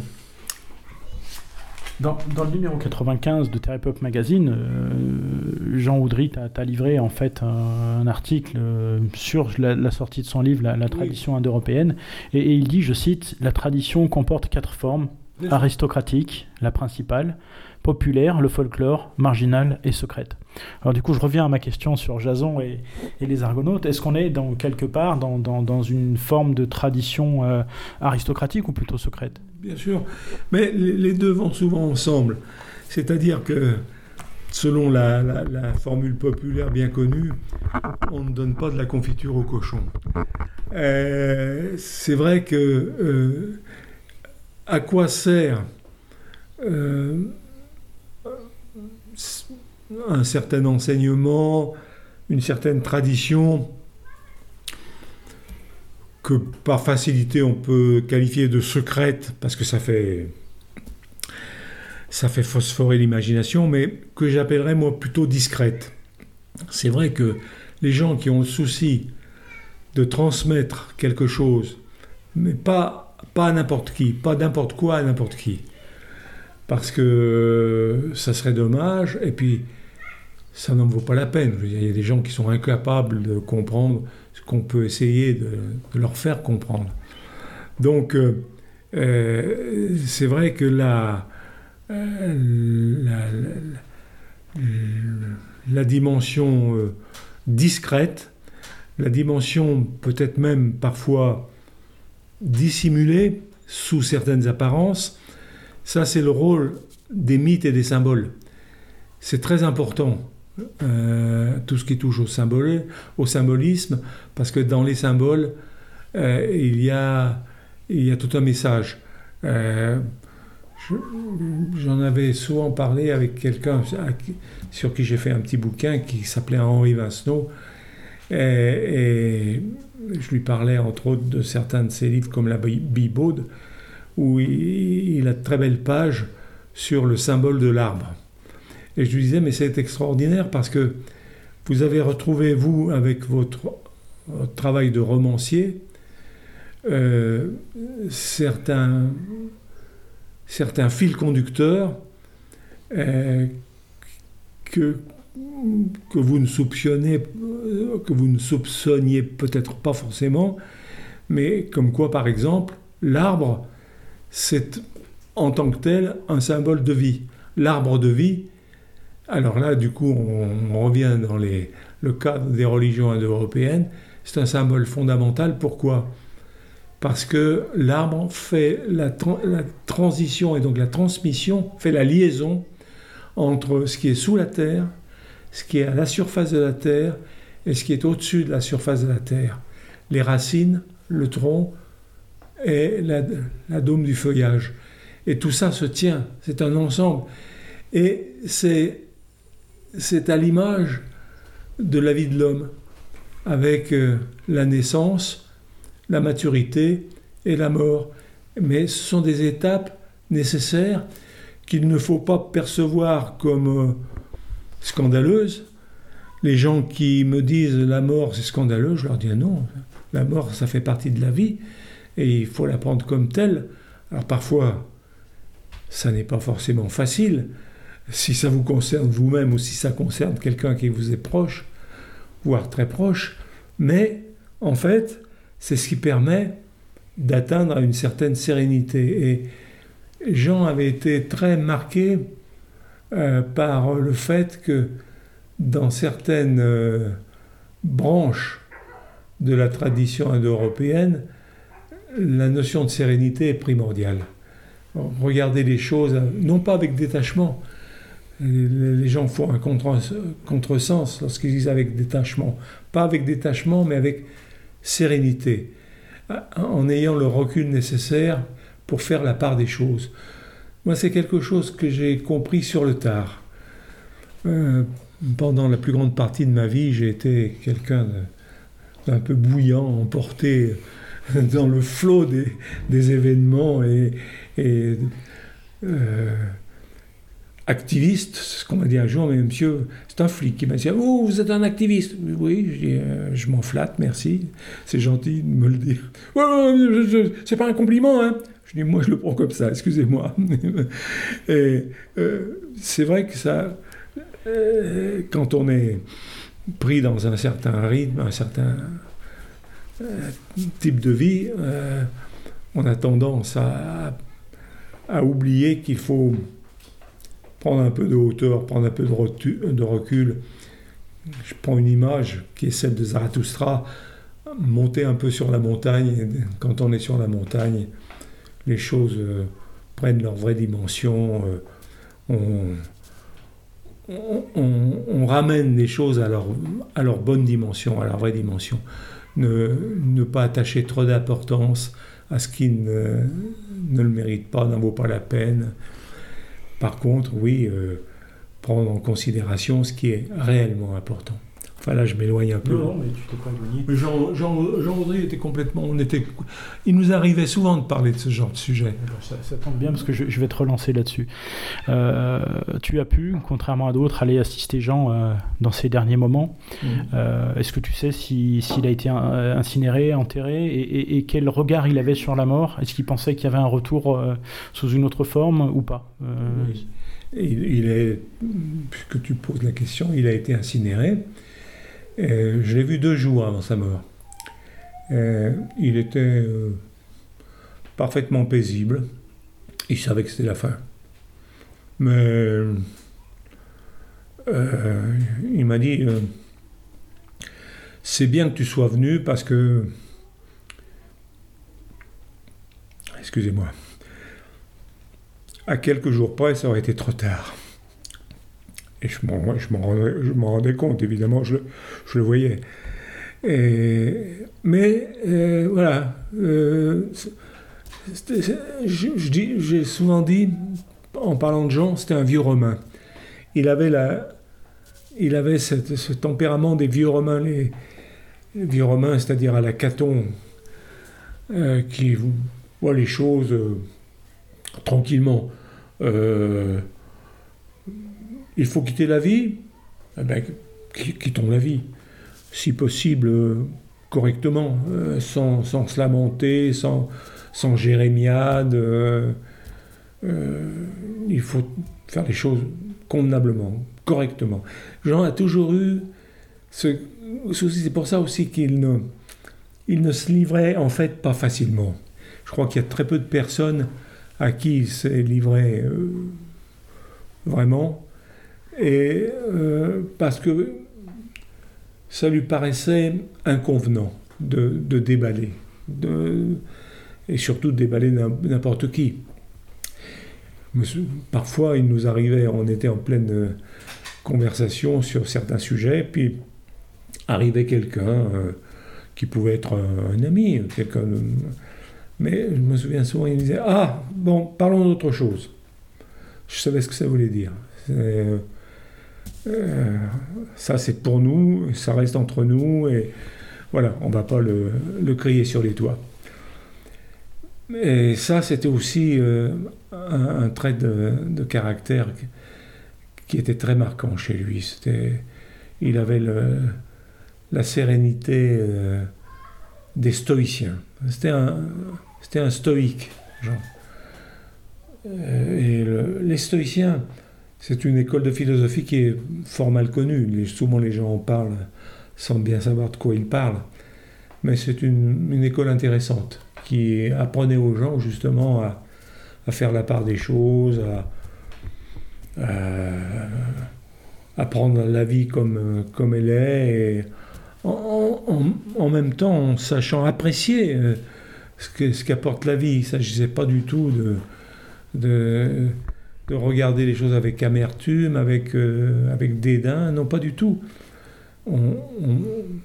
Dans, dans le numéro quatre-vingt-quinze de Terre Pop Magazine, euh, Jean Oudry t'a, t'a livré en fait un, un article euh, sur la, la sortie de son livre La, la tradition oui. indo-européenne, et, et il dit, je cite, « La tradition comporte quatre formes, oui. aristocratique, la principale, populaire, le folklore, marginale et secrète. » Alors du coup, je reviens à ma question sur Jason et, et les Argonautes. Est-ce qu'on est dans, quelque part dans, dans, dans une forme de tradition euh, aristocratique ou plutôt secrète ? Bien sûr, mais les deux vont souvent ensemble. C'est-à-dire que, selon la, la, la formule populaire bien connue, on ne donne pas de la confiture au cochon. Euh, c'est vrai que euh, à quoi sert euh, un certain enseignement, une certaine tradition que par facilité on peut qualifier de secrète parce que ça fait ça fait phosphorer l'imagination, mais que j'appellerais moi plutôt discrète. C'est vrai que les gens qui ont le souci de transmettre quelque chose, mais pas, pas à n'importe qui, pas n'importe quoi à n'importe qui, parce que ça serait dommage, et puis ça n'en vaut pas la peine. Je veux dire, il y a des gens qui sont incapables de comprendre ce qu'on peut essayer de, de leur faire comprendre. Donc, euh, euh, c'est vrai que la, euh, la, la, la dimension euh, discrète, la dimension peut-être même parfois dissimulée sous certaines apparences, ça c'est le rôle des mythes et des symboles. C'est très important. Euh, tout ce qui touche au, symbole, au symbolisme, parce que dans les symboles, euh, il, y a, il y a tout un message. Euh, je, j'en avais souvent parlé avec quelqu'un sur qui j'ai fait un petit bouquin qui s'appelait Henri Vincenot, et, et je lui parlais entre autres de certains de ses livres comme la Bibaude, où il, il a de très belles pages sur le symbole de l'arbre. Et je lui disais, mais c'est extraordinaire parce que vous avez retrouvé, vous, avec votre, votre travail de romancier, euh, certains, certains fils conducteurs euh, que, que vous ne soupçonnez, que vous ne soupçonniez peut-être pas forcément, mais comme quoi, par exemple, l'arbre, c'est en tant que tel un symbole de vie. L'arbre de vie, alors là, du coup, on, on revient dans les, le cadre des religions indo-européennes, c'est un symbole fondamental. Pourquoi ? Parce que l'arbre fait la, tra- la transition et donc la transmission, fait la liaison entre ce qui est sous la terre, ce qui est à la surface de la terre et ce qui est au-dessus de la surface de la terre. Les racines, le tronc et la, la dôme du feuillage. Et tout ça se tient, c'est un ensemble. Et c'est, c'est à l'image de la vie de l'homme, avec euh, la naissance, la maturité et la mort. Mais ce sont des étapes nécessaires qu'il ne faut pas percevoir comme euh, scandaleuses. Les gens qui me disent la mort c'est scandaleux, je leur dis non, la mort ça fait partie de la vie et il faut la prendre comme telle. Alors parfois ça n'est pas forcément facile, si ça vous concerne vous-même ou si ça concerne quelqu'un qui vous est proche, voire très proche, mais en fait c'est ce qui permet d'atteindre une certaine sérénité. Et Jean avait été très marqué euh, par le fait que dans certaines euh, branches de la tradition indo-européenne, la notion de sérénité est primordiale. Regardez les choses, non pas avec détachement. Les gens font un contre, contresens lorsqu'ils disent avec détachement. Pas avec détachement, mais avec sérénité. En ayant le recul nécessaire pour faire la part des choses. Moi, c'est quelque chose que j'ai compris sur le tard. Euh, pendant la plus grande partie de ma vie, j'ai été quelqu'un de, d'un peu bouillant, emporté dans le flot des, des événements et, et euh, activiste. C'est ce qu'on m'a dit un jour, mais monsieur, c'est un flic qui m'a dit « Oh, vous êtes un activiste !» Oui, je dis euh, « Je m'en flatte, merci. C'est gentil de me le dire. » « Ouais, c'est pas un compliment, hein !» Je dis « Moi, je le prends comme ça, excusez-moi. » Et euh, c'est vrai que ça, euh, quand on est pris dans un certain rythme, un certain euh, type de vie, euh, on a tendance à, à oublier qu'il faut prendre un peu de hauteur, prendre un peu de, retu- de recul. Je prends une image qui est celle de Zarathustra, monter un peu sur la montagne. Et quand on est sur la montagne, les choses euh, prennent leur vraie dimension. Euh, on, on, on, on ramène les choses à leur, à leur bonne dimension, à leur vraie dimension. Ne, ne pas attacher trop d'importance à ce qui ne, ne le mérite pas, n'en vaut pas la peine. Par contre, oui, euh, prendre en considération ce qui est réellement important. Enfin là, je m'éloigne un peu. Non, non, mais tu t'es pas éloigné. Mais Jean, Jean, Jean Audry était complètement... On était, il nous arrivait souvent de parler de ce genre de sujet. Alors ça, ça tombe bien parce que je, je vais te relancer là-dessus. Euh, tu as pu, contrairement à d'autres, aller assister Jean euh, dans ses derniers moments. Mmh. Euh, est-ce que tu sais si, s'il a été incinéré, enterré et, et, et quel regard il avait sur la mort ? Est-ce qu'il pensait qu'il y avait un retour euh, sous une autre forme ou pas ? euh... Oui. il, il est, puisque tu poses la question, il a été incinéré. Euh, je l'ai vu deux jours avant sa mort. Euh, il était euh, parfaitement paisible. Il savait que c'était la fin. Mais euh, il m'a dit euh, c'est bien que tu sois venu parce que... Excusez-moi. À quelques jours près, ça aurait été trop tard. Et je m'en, je, m'en rendais, je m'en rendais compte, évidemment, je, je le voyais. Et, mais euh, voilà, euh, c'était, c'est, je, je dis, j'ai souvent dit, en parlant de Jean, c'était un vieux Romain. Il avait, la, il avait cette, ce tempérament des vieux Romains, les, les vieux Romains, c'est-à-dire à la Caton, euh, qui voient les choses euh, tranquillement. Euh, Il faut quitter la vie, eh ben, quittons la vie. Si possible, correctement, euh, sans, sans se lamenter, sans, sans jérémiade. Euh, euh, il faut faire les choses convenablement, correctement. Jean a toujours eu ce souci, c'est pour ça aussi qu'il ne, il ne se livrait en fait pas facilement. Je crois qu'il y a très peu de personnes à qui il s'est livré euh, vraiment, et euh, parce que ça lui paraissait inconvenant de, de déballer, de, et surtout de déballer n'importe qui. Parfois, il nous arrivait, on était en pleine conversation sur certains sujets, puis arrivait quelqu'un euh, qui pouvait être un, un ami, quelqu'un de, mais je me souviens souvent, il me disait « Ah, bon, parlons d'autre chose ». Je savais ce que ça voulait dire. Euh, euh, ça, c'est pour nous, ça reste entre nous, et voilà, on ne va pas le, le crier sur les toits. Et ça, c'était aussi euh, un, un trait de, de caractère qui, qui était très marquant chez lui. C'était, il avait le, la sérénité euh, des stoïciens. C'était un, c'était un stoïque, Jean. Et le, les stoïciens, c'est une école de philosophie qui est fort mal connue. Les, souvent, les gens en parlent sans bien savoir de quoi ils parlent. Mais c'est une, une école intéressante qui apprenait aux gens justement à, à faire la part des choses, à, à, à prendre la vie comme, comme elle est, et en, en, en même temps en sachant apprécier ce, que, ce qu'apporte la vie. Il ne s'agissait pas du tout de, de, de regarder les choses avec amertume, avec, euh, avec dédain, non, pas du tout. On, on,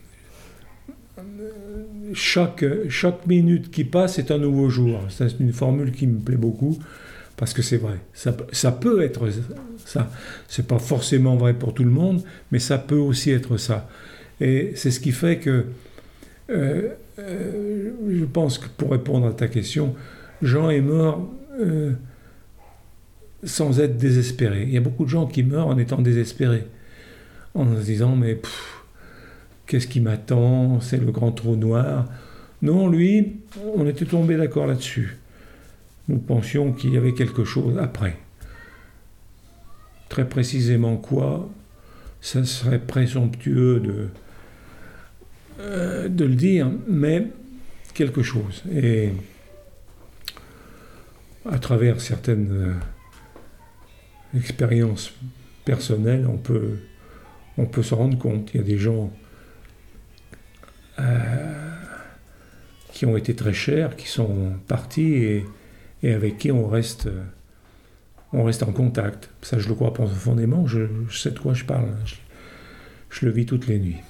Chaque, chaque minute qui passe est un nouveau jour. C'est une formule qui me plaît beaucoup, parce que c'est vrai. Ça, ça peut être ça. C'est pas forcément vrai pour tout le monde, mais ça peut aussi être ça. Et c'est ce qui fait que, euh, euh, je pense que pour répondre à ta question, Jean est mort euh, sans être désespéré. Il y a beaucoup de gens qui meurent en étant désespérés, en se disant, mais... Pff, qu'est-ce qui m'attend? C'est le grand trou noir. Non, lui, on était tombé d'accord là-dessus. Nous pensions qu'il y avait quelque chose après. Très précisément quoi? Ça serait présomptueux de, euh, de le dire, mais quelque chose. Et à travers certaines euh, expériences personnelles, on peut, on peut s'en rendre compte. Il y a des gens Euh, qui ont été très chers, qui sont partis et, et avec qui on reste, on reste en contact. Ça, je le crois profondément, je, je sais de quoi je parle. Je, je le vis toutes les nuits.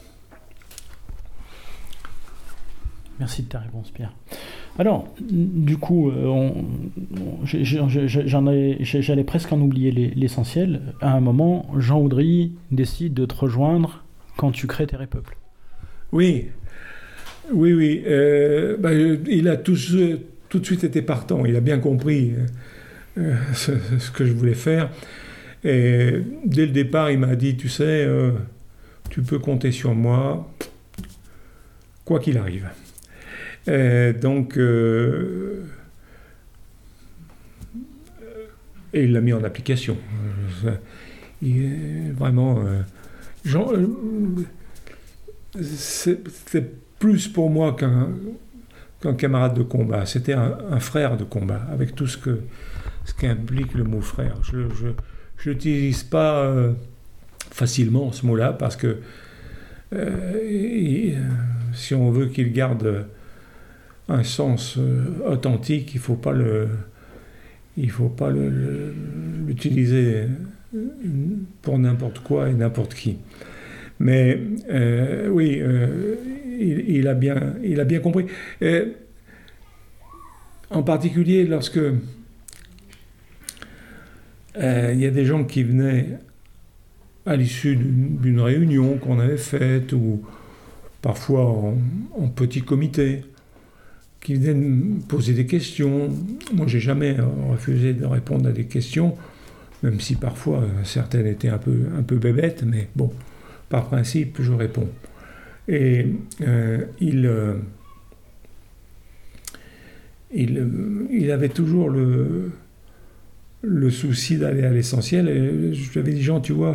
Merci de ta réponse, Pierre. Alors, du coup, on, on, j'ai, j'en ai, j'allais presque en oublier l'essentiel. À un moment, Jean Oudry décide de te rejoindre quand tu crées Terre et Peuple. Oui, oui, oui. Euh, bah, il a tout, tout de suite été partant. Il a bien compris euh, ce, ce que je voulais faire. Et dès le départ, il m'a dit, tu sais, euh, tu peux compter sur moi, quoi qu'il arrive. Et donc, euh, et il l'a mis en application. Il, vraiment, euh, Jean... Euh, C'était plus pour moi qu'un, qu'un camarade de combat. C'était un, un frère de combat, avec tout ce, que, ce qu'implique le mot frère. Je n'utilise pas euh, facilement ce mot-là, parce que euh, et, si on veut qu'il garde un sens euh, authentique, il ne faut pas, le, il faut pas le, le, l'utiliser pour n'importe quoi et n'importe qui. Mais euh, oui, euh, il, il, a bien, il a bien compris. Et, en particulier lorsque euh, il y a des gens qui venaient à l'issue d'une, d'une réunion qu'on avait faite, ou parfois en, en petit comité, qui venaient me poser des questions. Moi, j'ai jamais refusé de répondre à des questions, même si parfois certaines étaient un peu, un peu bébêtes, mais bon. Par principe, je réponds. Et euh, il, euh, il, euh, il avait toujours le, le souci d'aller à l'essentiel. Et je lui avais dit, Jean, tu vois,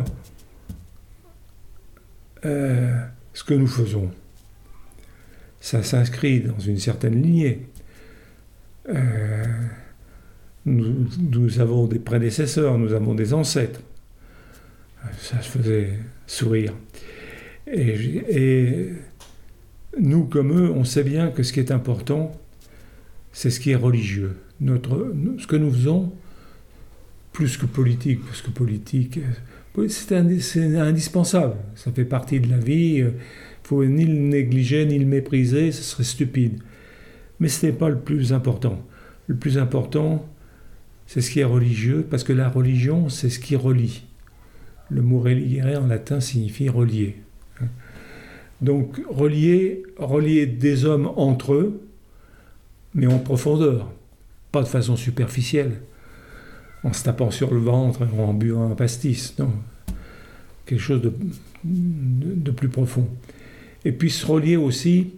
euh, ce que nous faisons, ça s'inscrit dans une certaine lignée. Euh, nous, nous avons des prédécesseurs, nous avons des ancêtres. Ça se faisait sourire. Et, et nous, comme eux, on sait bien que ce qui est important, c'est ce qui est religieux. Notre, ce que nous faisons, plus que politique, parce que politique, c'est, un, c'est indispensable. Ça fait partie de la vie. Il ne faut ni le négliger, ni le mépriser, ce serait stupide. Mais ce n'est pas le plus important. Le plus important, c'est ce qui est religieux, parce que la religion, c'est ce qui relie. Le mot reliere en latin signifie relier. Donc relier, relier des hommes entre eux, mais en profondeur, pas de façon superficielle, en se tapant sur le ventre ou en buvant un pastis, non. Quelque chose de, de, de plus profond. Et puis se relier aussi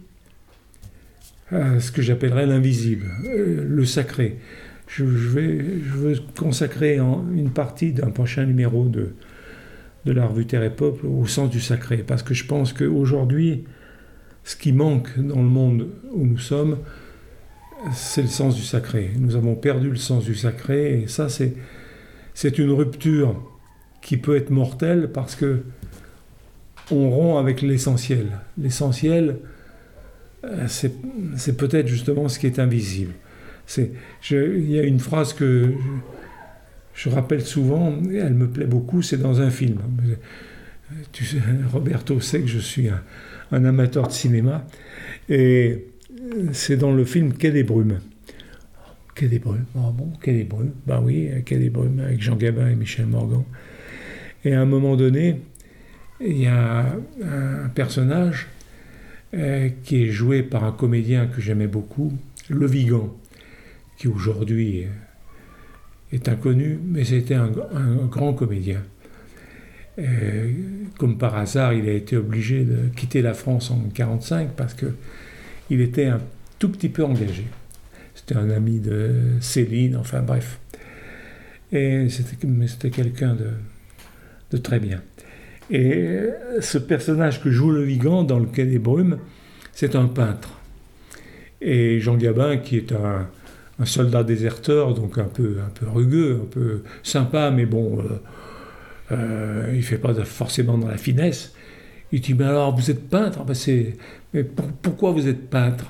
à ce que j'appellerais l'invisible, le sacré. Je, je, vais, je veux consacrer en une partie d'un prochain numéro de, de la revue Terre et Peuple au sens du sacré, parce que je pense qu'aujourd'hui, ce qui manque dans le monde où nous sommes, c'est le sens du sacré. Nous avons perdu le sens du sacré, et ça, c'est, c'est une rupture qui peut être mortelle, parce que on rompt avec l'essentiel. L'essentiel, c'est, c'est peut-être justement ce qui est invisible. C'est, je, il y a une phrase que je, je rappelle souvent, et elle me plaît beaucoup, c'est dans un film. Tu sais, Roberto sait que je suis un, un amateur de cinéma, et c'est dans le film Quai des Brumes. Quai des Brumes, ah bon, Quai des Brumes, bah oui, Quai des Brumes, avec Jean Gabin et Michel Morgan. Et à un moment donné, il y a un personnage euh, qui est joué par un comédien que j'aimais beaucoup, Le Vigan, qui aujourd'hui est inconnu, mais c'était un, un grand comédien. Euh, comme par hasard, il a été obligé de quitter la France en mille neuf cent quarante-cinq parce qu'il était un tout petit peu engagé. C'était un ami de Céline, enfin bref. Et c'était, mais c'était quelqu'un de, de très bien. Et ce personnage que joue Le Vigan dans le Quai des Brumes, c'est un peintre. Et Jean Gabin, qui est un, un soldat déserteur, donc un peu, un peu rugueux, un peu sympa, mais bon, euh, euh, il ne fait pas forcément dans la finesse. Il dit, mais alors, vous êtes peintre? Ben c'est, mais pour, pourquoi vous êtes peintre?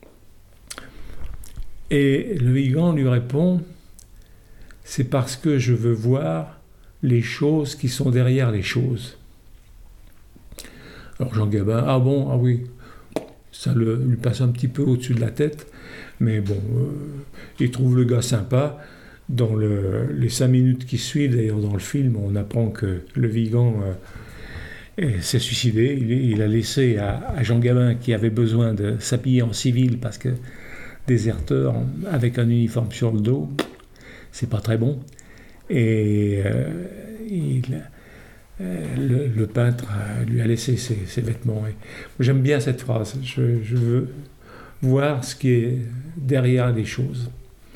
Et Le Vigan lui répond, c'est parce que je veux voir les choses qui sont derrière les choses. Alors Jean Gabin, ah bon, ah oui, ça le, lui passe un petit peu au-dessus de la tête, mais bon, euh, il trouve le gars sympa. Dans le, les cinq minutes qui suivent, d'ailleurs dans le film, on apprend que Le Vigan euh, s'est suicidé. Il, il a laissé à, à Jean Gabin, qui avait besoin de s'habiller en civil, parce que déserteur, avec un uniforme sur le dos, c'est pas très bon. Et euh, il... Le, le peintre lui a laissé ses, ses vêtements. Et j'aime bien cette phrase. Je, je veux voir ce qui est derrière les choses.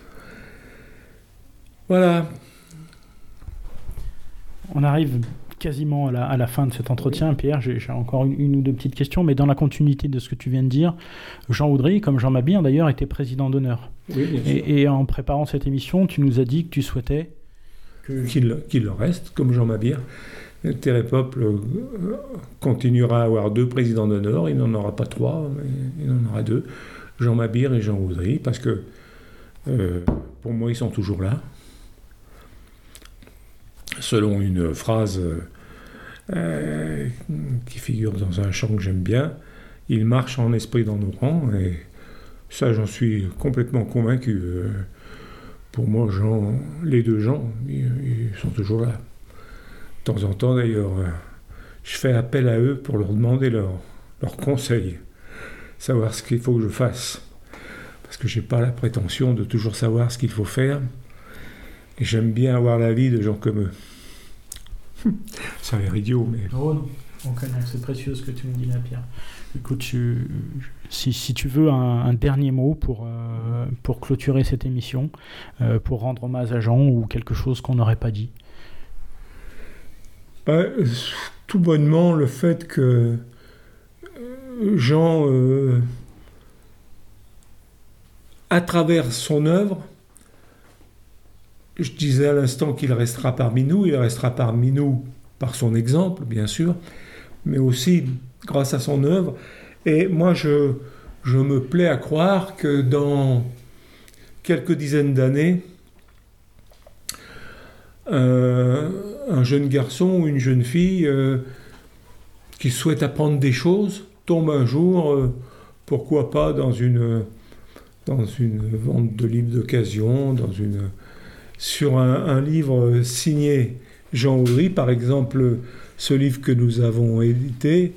Voilà. On arrive quasiment à la, à la fin de cet entretien, Pierre. J'ai, j'ai encore une, une ou deux petites questions, mais dans la continuité de ce que tu viens de dire, Jean Oudry, comme Jean Mabir d'ailleurs, était président d'honneur. Oui, bien sûr. Et, et en préparant cette émission, tu nous as dit que tu souhaitais que... qu'il, qu'il le reste, comme Jean Mabir. Terre et Peuple continuera à avoir deux présidents d'honneur. Il n'en aura pas trois, mais il en aura deux. Jean Mabir et Jean Oudry, parce que euh, pour moi, ils sont toujours là. Selon une phrase euh, qui figure dans un chant que j'aime bien, ils marchent en esprit dans nos rangs, et ça, j'en suis complètement convaincu. Pour moi, Jean, les deux Jean, ils, ils sont toujours là. De temps en temps, d'ailleurs, je fais appel à eux pour leur demander leur, leur conseil, savoir ce qu'il faut que je fasse. Parce que je n'ai pas la prétention de toujours savoir ce qu'il faut faire, et j'aime bien avoir l'avis de gens comme eux. Ça a l'air idiot, mais... Oh non, okay, non, c'est précieux ce que tu me dis là, Pierre. Écoute, je, si, si tu veux un, un dernier mot pour, euh, pour clôturer cette émission, euh, pour rendre hommage à Jean ou quelque chose qu'on n'aurait pas dit. Ben, tout bonnement, le fait que Jean, euh, à travers son œuvre, je disais à l'instant qu'il restera parmi nous, il restera parmi nous par son exemple, bien sûr, mais aussi grâce à son œuvre. Et moi, je, je me plais à croire que dans quelques dizaines d'années, euh, un jeune garçon ou une jeune fille euh, qui souhaite apprendre des choses tombe un jour, euh, pourquoi pas, dans une, dans une vente de livres d'occasion, dans une, sur un, un livre signé Jean Audry, par exemple, ce livre que nous avons édité,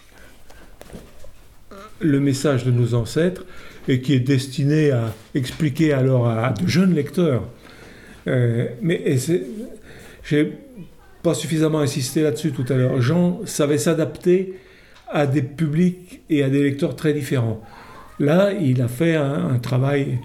Le message de nos ancêtres, et qui est destiné à expliquer alors à de jeunes lecteurs. Euh, mais et c'est, j'ai pas suffisamment insisté là-dessus tout à l'heure. Jean savait s'adapter à des publics et à des lecteurs très différents. Là, il a fait un, un travail,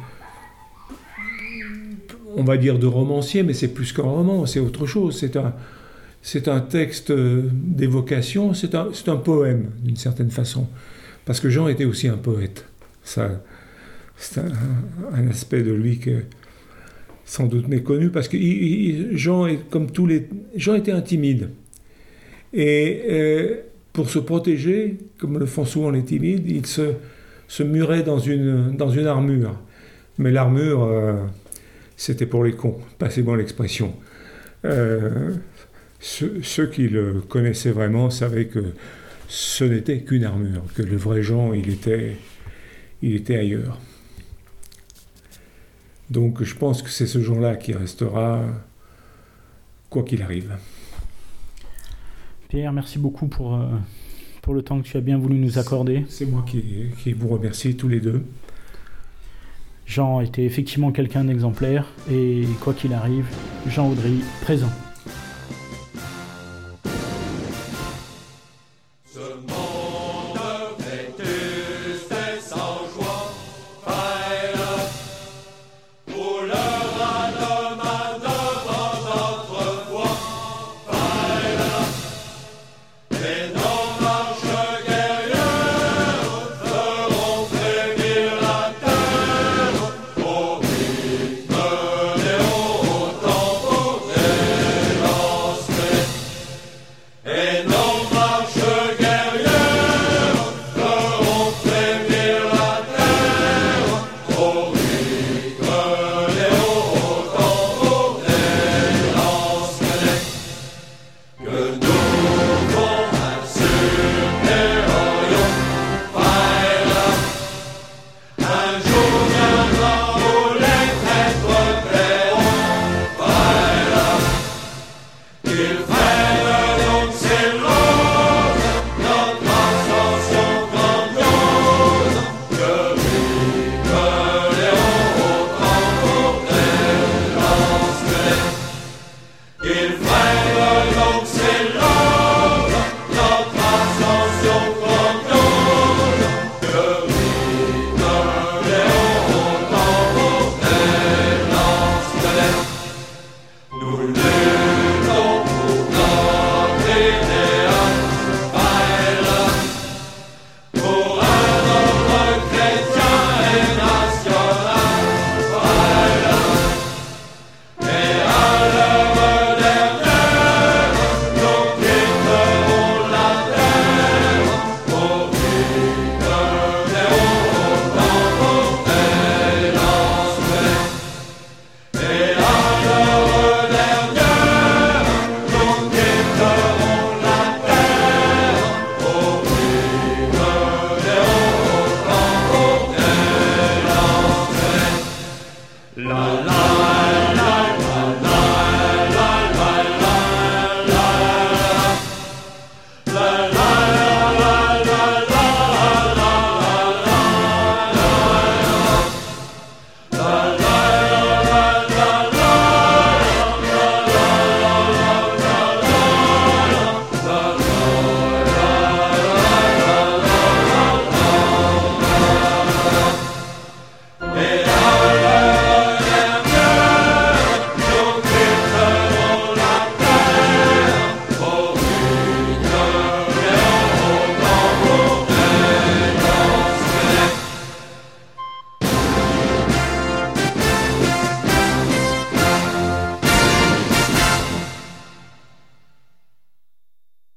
on va dire de romancier, mais c'est plus qu'un roman, c'est autre chose. C'est un, c'est un texte d'évocation, c'est un, c'est un poème, d'une certaine façon. Parce que Jean était aussi un poète. Ça, c'est un, un aspect de lui que sans doute méconnu, parce que il, il, Jean, est, comme tous les, Jean était un timide. Et euh, pour se protéger, comme le font souvent les timides, il se, se murait dans une, dans une armure. Mais l'armure, euh, c'était pour les cons, passez-moi l'expression. Euh, ceux, ceux qui le connaissaient vraiment savaient que ce n'était qu'une armure, que le vrai Jean, il était, il était ailleurs. Donc je pense que c'est ce Jean-là qui restera, quoi qu'il arrive. Pierre, merci beaucoup pour, euh, pour le temps que tu as bien voulu nous accorder. C'est moi qui, qui vous remercie tous les deux. Jean était effectivement quelqu'un d'exemplaire, et quoi qu'il arrive, Jean Audry, présent. La la la